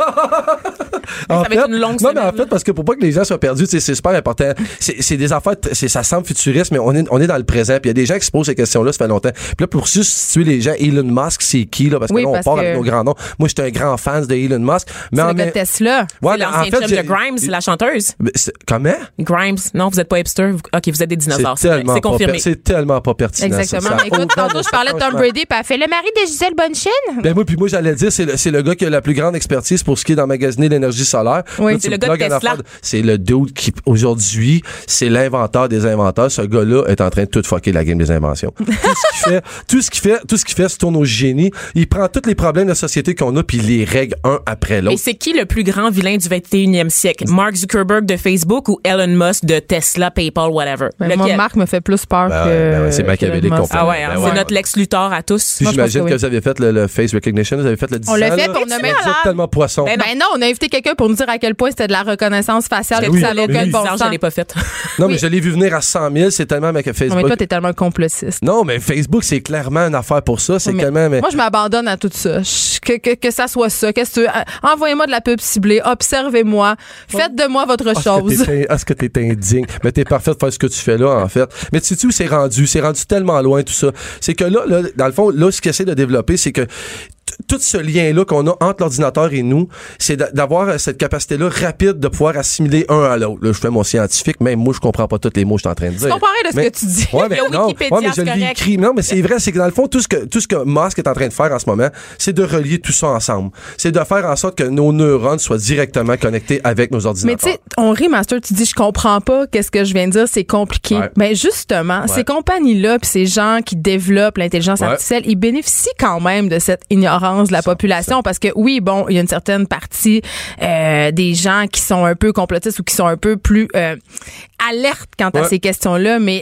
En Ça va être une longue non, mais en semaine, fait, parce que pour pas que les gens soient perdus, tu sais, c'est super important. C'est, c'est des affaires, t- c'est, ça semble futuriste, mais on est, on est dans le présent. Puis il y a des gens qui se posent ces questions-là, ça fait longtemps. Puis là, pour juste situer les gens, Elon Musk, c'est qui, là? Parce que Oui, là, on parce part que- avec nos grands noms. Moi, j'étais un grand fan de Elon Musk. Mais C'est en le gars de même- Tesla. Ouais, C'est mais en l'ancien fait, chum j'ai- de Grimes, la chanteuse. Mais c'est- Comment? Grimes. Non, vous êtes pas hipster. Vous- OK, vous êtes des dinosaures. C'est C'est, tellement c'est pas confirmé. per- c'est tellement pas pertinent. ça. Exactement. Ça a Mais écoute, aucun tantôt, de je parlais de Tom franchement. Brady, puis elle fait le mari de Gisèle Bonchen. Ben moi, puis moi, j'allais dire, c'est le, c'est le gars qui a la plus grande expertise pour ce qui est d'emmagasiner l'énergie solaire. Oui, Là, tu c'est me le gars de plugues une Tesla. affaire C'est le dude qui, aujourd'hui, c'est l'inventeur des inventeurs. Ce gars-là est en train de tout fucker la game des inventions. tout ce qu'il fait, tout ce qu'il fait, tout ce qu'il fait se tourne au génie. Il prend tous les problèmes de la société qu'on a puis il les règle un après Et l'autre. c'est qui le plus grand vilain du vingt et unième siècle? Mark Zuckerberg de Facebook ou Elon Musk de Tesla, PayPal, whatever? Ben, Lequel? moi, Marc me fait plus peur Ben que. ouais, ben ouais, c'est que machiavélique Elon Musk. qu'on fait. Ah ouais, hein, Ben c'est ouais. notre Lex Luthor à tous. Puis Moi, je pense j'imagine que que, oui. vous avez fait le, le face recognition, vous avez fait le dix On l'a ans, fait, là. puis on a Vous même- êtes tellement poisson. Ben Ben non, on a invité quelqu'un pour nous dire à quel point c'était de la reconnaissance faciale. J'étais puis oui, ça n'a mais aucun oui. bon bizarre, sens. je l'ai pas fait. non, mais oui. je l'ai vu venir à cent mille, c'est tellement avec Non, Facebook. mais toi, t'es tellement complotiste. Non, mais Facebook, c'est clairement une affaire pour ça. C'est Mais tellement. Mais... Moi, je m'abandonne à tout ça. Je- que, que, que ça soit ça. Qu'est-ce que tu veux? Euh, Envoyez-moi de la pub ciblée. Observez-moi. Faites de moi votre Ah, est-ce que chose. t'es- Est-ce que t'es indigne? Mais t'es parfait de faire ce que tu fais là, en fait. Mais tu sais où c'est rendu? C'est rendu tellement loin, tout ça. C'est que là, là, dans le fond, là, ce qu'il essaie de développer, c'est que t- tout ce lien-là qu'on a entre l'ordinateur et nous, c'est d'a- d'avoir cette capacité-là rapide de pouvoir assimiler un à l'autre. Là, je fais mon scientifique, même moi, je comprends pas tous les mots que je suis en train de dire. Je comprends rien de ce Mais- que tu dis. Ouais, mais Le non, Wikipédia, ouais, mais je c'est l'ai correct. écrit. Non, mais c'est vrai, c'est que dans le fond, tout ce que, tout ce que Musk est en train de faire en ce moment, c'est de relier tout ça ensemble. C'est de faire en sorte que nos neurones soient directement connectés avec nos Mais ordinateurs. tu sais, on rit, Master, tu dis, je comprends pas qu'est-ce que je viens de dire, c'est compliqué. Ouais. Ben justement, ces compagnies-là, puis ces gens qui développent l'intelligence Ouais. artificielle, ils bénéficient quand même de cette ignorance de la population parce que oui, bon, il y a une certaine partie euh, des gens qui sont un peu complotistes ou qui sont un peu plus euh, alertes quant à Ouais. ces questions-là, mais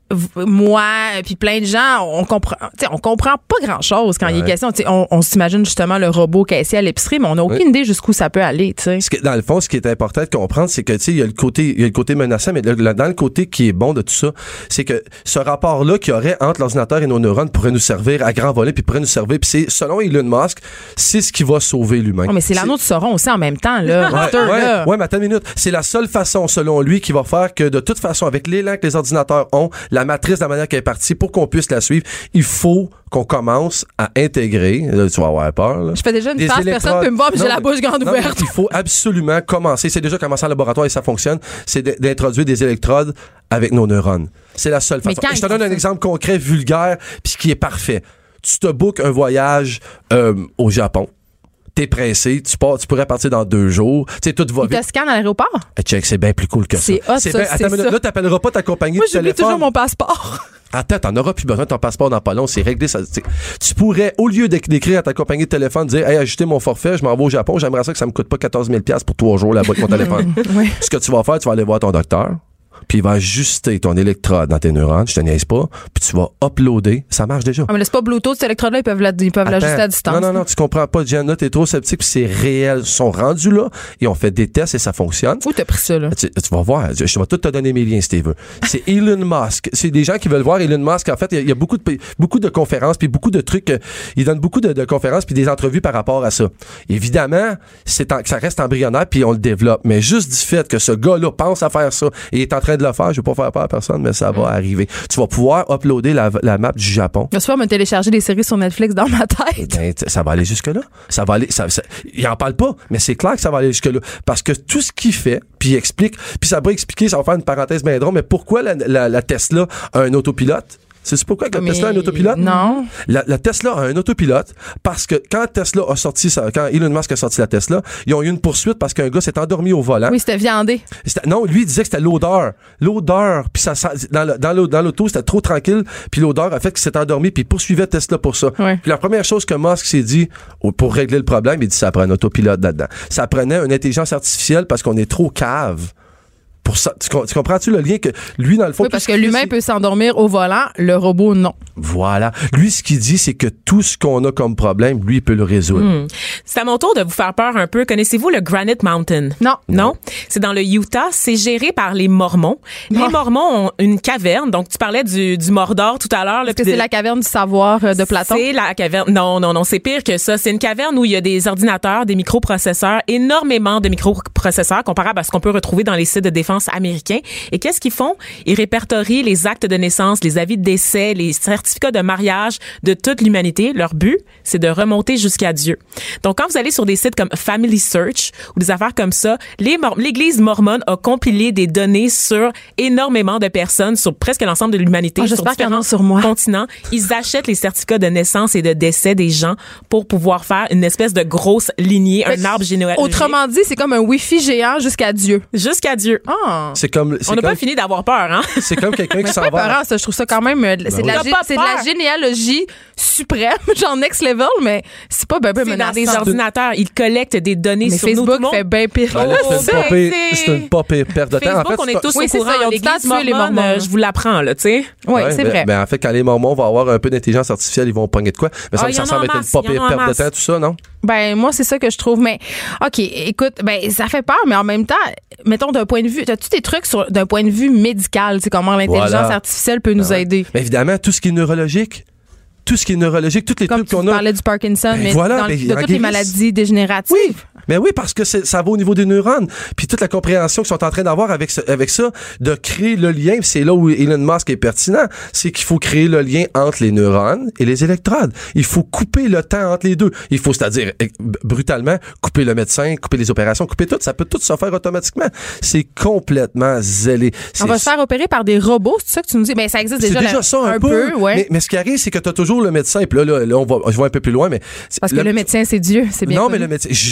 moi, puis plein de gens, on comprend, on comprend pas grand-chose quand ouais. il est question. On, on s'imagine justement le robot caissier à l'épicerie, mais on n'a aucune oui. idée jusqu'où ça peut aller. T'sais. Ce que, dans le fond, ce qui est important de comprendre, c'est que il y a le côté, il y a le côté menaçant, mais le, le, dans le côté qui est bon de tout ça, c'est que ce rapport-là qu'il y aurait entre l'ordinateur et nos neurones pourrait nous servir à grand volet, puis pourrait nous servir. Puis c'est, selon Elon Musk, c'est ce qui va sauver l'humain. Oh, mais c'est, c'est l'anneau de Sauron aussi en même temps, là. Ouais, Arthur, ouais, là. ouais, mais attends une minute. C'est la seule façon, selon lui, qui va faire que de toute façon, avec l'élan que les ordinateurs ont, la matrice de la manière qu'elle est partie, pour qu'on puisse la suivre, il faut qu'on commence à intégrer, là, tu vas avoir peur, là. Je fais déjà une face, personne peut me voir, puis j'ai la bouche grande non, ouverte. Il faut absolument commencer, c'est déjà commencé en laboratoire et ça fonctionne, c'est d'introduire des électrodes avec nos neurones. C'est la seule façon. Je te donne un exemple concret, vulgaire, puis qui est parfait. Tu te bookes un voyage euh, au Japon. T'es pressé, tu pars, tu pourrais partir dans deux jours. Tu sais, tout va vite. Il te scanne à l'aéroport? Hey, check, c'est bien plus cool que c'est ça. Hot, c'est ça, bien c'est attends, ça. Là, t'appelleras pas ta compagnie Moi, de téléphone. Moi, j'oublie toujours mon passeport. Attends, t'en auras plus besoin de ton passeport dans pas long, c'est réglé. Ça, tu pourrais, au lieu d'écrire à ta compagnie de téléphone, dire, hey, ajustez mon forfait, je m'en vais au Japon, j'aimerais ça que ça me coûte pas quatorze mille dollars pour trois jours là-bas avec mon téléphone. Oui. Ce que tu vas faire, tu vas aller voir ton docteur. Puis il va ajuster ton électrode dans tes neurones, je te niaise pas, puis tu vas uploader, ça marche déjà. Ah, mais là, c'est pas Bluetooth, cet électrode-là, ils peuvent, la, ils peuvent l'ajuster à distance. Non, non, non, tu comprends pas, Gianna, t'es trop sceptique, puis c'est réel. Ils sont rendus là, et on fait des tests et ça fonctionne. Où t'as pris ça, là? Tu, tu vas voir, je, je vais tout te donner mes liens si tu veux. C'est Elon Musk. C'est des gens qui veulent voir Elon Musk. En fait, il y, y a beaucoup de, beaucoup de conférences, puis beaucoup de trucs, euh, il donne beaucoup de, de conférences, puis des entrevues par rapport à ça. Évidemment, c'est en, ça reste embryonnaire, puis on le développe. Mais juste du fait que ce gars-là pense à faire ça, et est en train de le faire, je vais pas faire peur à personne, mais ça va arriver. Tu vas pouvoir uploader la, la map du Japon. Je vais me télécharger des séries sur Netflix dans ma tête. Ben, ça va aller jusque-là. Ça va aller, ça, ça, il en parle pas, mais c'est clair que ça va aller jusque-là. Parce que tout ce qu'il fait, puis il explique, puis ça va expliquer, ça va faire une parenthèse bien drôle, mais pourquoi la, la, la Tesla a un autopilote? C'est pourquoi que la mais Tesla a un autopilote? Non. La, la Tesla a un autopilote parce que quand Tesla a sorti ça, quand Elon Musk a sorti la Tesla, ils ont eu une poursuite parce qu'un gars s'est endormi au volant. Oui, c'était viandé. C'était, non, lui, il disait que c'était l'odeur. L'odeur. Puis ça, ça dans, le, dans, l'auto, dans l'auto, c'était trop tranquille. Puis l'odeur a fait qu'il s'est endormi. Puis il poursuivait Tesla pour ça. Ouais. Puis la première chose que Musk s'est dit, pour régler le problème, il dit ça prend un autopilote là-dedans. Ça prenait une intelligence artificielle parce qu'on est trop cave. Pour ça, tu, tu comprends-tu le lien que lui, dans le fond... Oui, parce que l'humain peut s'endormir au volant, le robot, non. Voilà. Lui, ce qu'il dit, c'est que tout ce qu'on a comme problème, lui, il peut le résoudre. Mmh. C'est à mon tour de vous faire peur un peu. Connaissez-vous le Granite Mountain? Non. Non? C'est dans le Utah. C'est géré par les Mormons. Non. Les Mormons ont une caverne. Donc, tu parlais du, du Mordor tout à l'heure. Est-ce que c'est de... la caverne du savoir de Platon? C'est la caverne... Non, non, non. C'est pire que ça. C'est une caverne où il y a des ordinateurs, des microprocesseurs, énormément de microprocesseurs comparables à ce qu'on peut retrouver dans les sites de défense américains. Et qu'est-ce qu'ils font? Ils répertorient les actes de naissance, les avis de décès, les certificats de mariage de toute l'humanité. Leur but, c'est de remonter jusqu'à Dieu. Donc, quand vous allez sur des sites comme Family Search ou des affaires comme ça, les mor- l'Église mormone a compilé des données sur énormément de personnes, sur presque l'ensemble de l'humanité, oh, sur différents sur moi. continents. Ils achètent les certificats de naissance et de décès des gens pour pouvoir faire une espèce de grosse lignée, un arbre généalogique. Autrement dit, c'est comme un Wi-Fi géant jusqu'à Dieu. Jusqu'à Dieu. Ah. C'est comme, c'est On n'a comme, pas fini d'avoir peur, hein? C'est comme quelqu'un qui s'en va. Peurant, ça, je trouve ça quand même. Euh, c'est, ben de la, oui. gé- c'est de la généalogie suprême, genre next level, mais c'est pas ben, ben c'est menaçant. dans des ordinateurs. Ils collectent des données mais sur Facebook nous. Facebook fait bien pire. Ben, là, oh, c'est, une ben, c'est... c'est une pas pire perte de Facebook, temps. En fait, on est tous oui, au courant. Ça, L'Église mormone, les Mormons. Euh, je vous l'apprends, là, tu sais. Oui, ouais, c'est ben, vrai. Ben, en fait, quand les Mormons vont avoir un peu d'intelligence artificielle, ils vont pogner de quoi? Mais ça, Ah, ça y en semble a être une masse, pas y en pire a perte de masse. temps, tout ça, non? Ben, moi, c'est ça que je trouve. Mais, OK, écoute, ben, ça fait peur, mais en même temps, mettons, d'un point de vue, as-tu des trucs sur, d'un point de vue médical, tu sais, comment l'intelligence Voilà. artificielle peut nous ouais. aider? Mais évidemment, tout ce qui est neurologique, tout ce qui est neurologique, toutes les Comme trucs tu qu'on a. parlais du Parkinson, Ben mais voilà, dans le- ben, de ils en toutes les guérissent. maladies dégénératives. Oui. Mais oui, parce que c'est, ça va au niveau des neurones. Puis toute la compréhension qu'ils sont en train d'avoir avec, ce, avec ça, de créer le lien, puis c'est là où Elon Musk est pertinent, c'est qu'il faut créer le lien entre les neurones et les électrodes. Il faut couper le temps entre les deux. Il faut, c'est-à-dire, eh, brutalement, couper le médecin, couper les opérations, couper tout. Ça peut tout se faire automatiquement. C'est complètement zélé. C'est, On va se faire opérer par des robots, c'est ça que tu nous dis? Ben, ça existe c'est déjà, déjà là, ça un, un peu. peu, ouais. mais, mais ce qui arrive, c'est que tu as toujours le médecin. Puis là, là, là, on va, je vais un peu plus loin, mais Parce que le, le médecin, c'est Dieu, c'est bien Non, connu. mais le médecin, justement,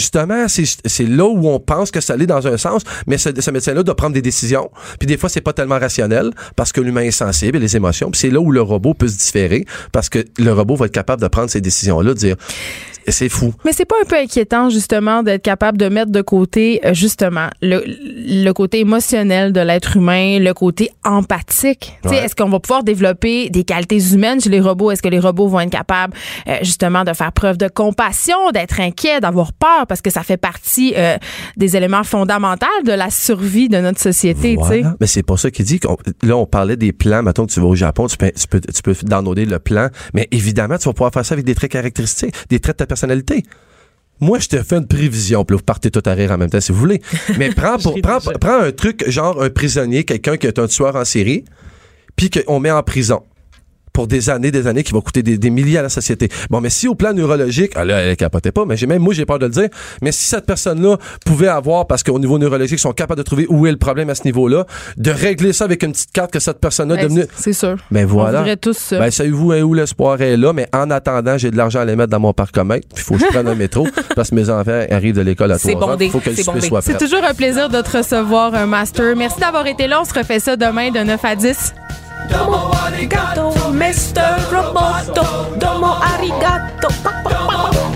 c'est, c'est là où on pense que ça allait dans un sens, mais ce, ce médecin-là doit prendre des décisions. Puis des fois, c'est pas tellement rationnel parce que l'humain est sensible et les émotions. Puis c'est là où le robot peut se différer parce que le robot va être capable de prendre ces décisions-là, de dire c'est fou. Mais c'est pas un peu inquiétant, justement, d'être capable de mettre de côté, justement, le, le côté émotionnel de l'être humain, le côté empathique? Ouais. Est-ce qu'on va pouvoir développer des qualités humaines chez les robots? Est-ce que les robots vont être capables, euh, justement, de faire preuve de compassion, d'être inquiets, d'avoir peur? Parce que ça fait partie euh, des éléments fondamentaux de la survie de notre société. Voilà. T'sais. Mais c'est pour ça qu'il dit qu'on, là, on parlait des plans. Mettons que tu vas au Japon, tu peux, tu peux, tu peux downloader le plan. Mais évidemment, tu vas pouvoir faire ça avec des traits caractéristiques, des traits de ta personnalité. Moi, je te fais une prévision, puis là, vous partez tout à rire en même temps si vous voulez. Mais prends, pour, prends, prends un truc, genre un prisonnier, quelqu'un qui est un tueur en série, puis qu'on met en prison pour des années, des années, qui va coûter des, des milliers à la société. Bon, mais si au plan neurologique, ah là, elle capotait pas, mais j'ai même, moi, j'ai peur de le dire, mais si cette personne-là pouvait avoir, parce qu'au niveau neurologique, ils sont capables de trouver où est le problème à ce niveau-là, de régler ça avec une petite carte que cette personne-là est ben, devenue... C'est sûr. Ben voilà. On voudrait tous ça. Ben, savez-vous où l'espoir est là, mais en attendant, j'ai de l'argent à les mettre dans mon parcomètre, puis il faut que je prenne un métro, parce que mes enfants arrivent de l'école à trois heures. Il faut que le souper soit prêt. C'est toujours un plaisir de te recevoir, un master. Merci d'avoir été là. On se refait ça demain de neuf à dix. Domo arigato, mister Roboto. Domo arigato.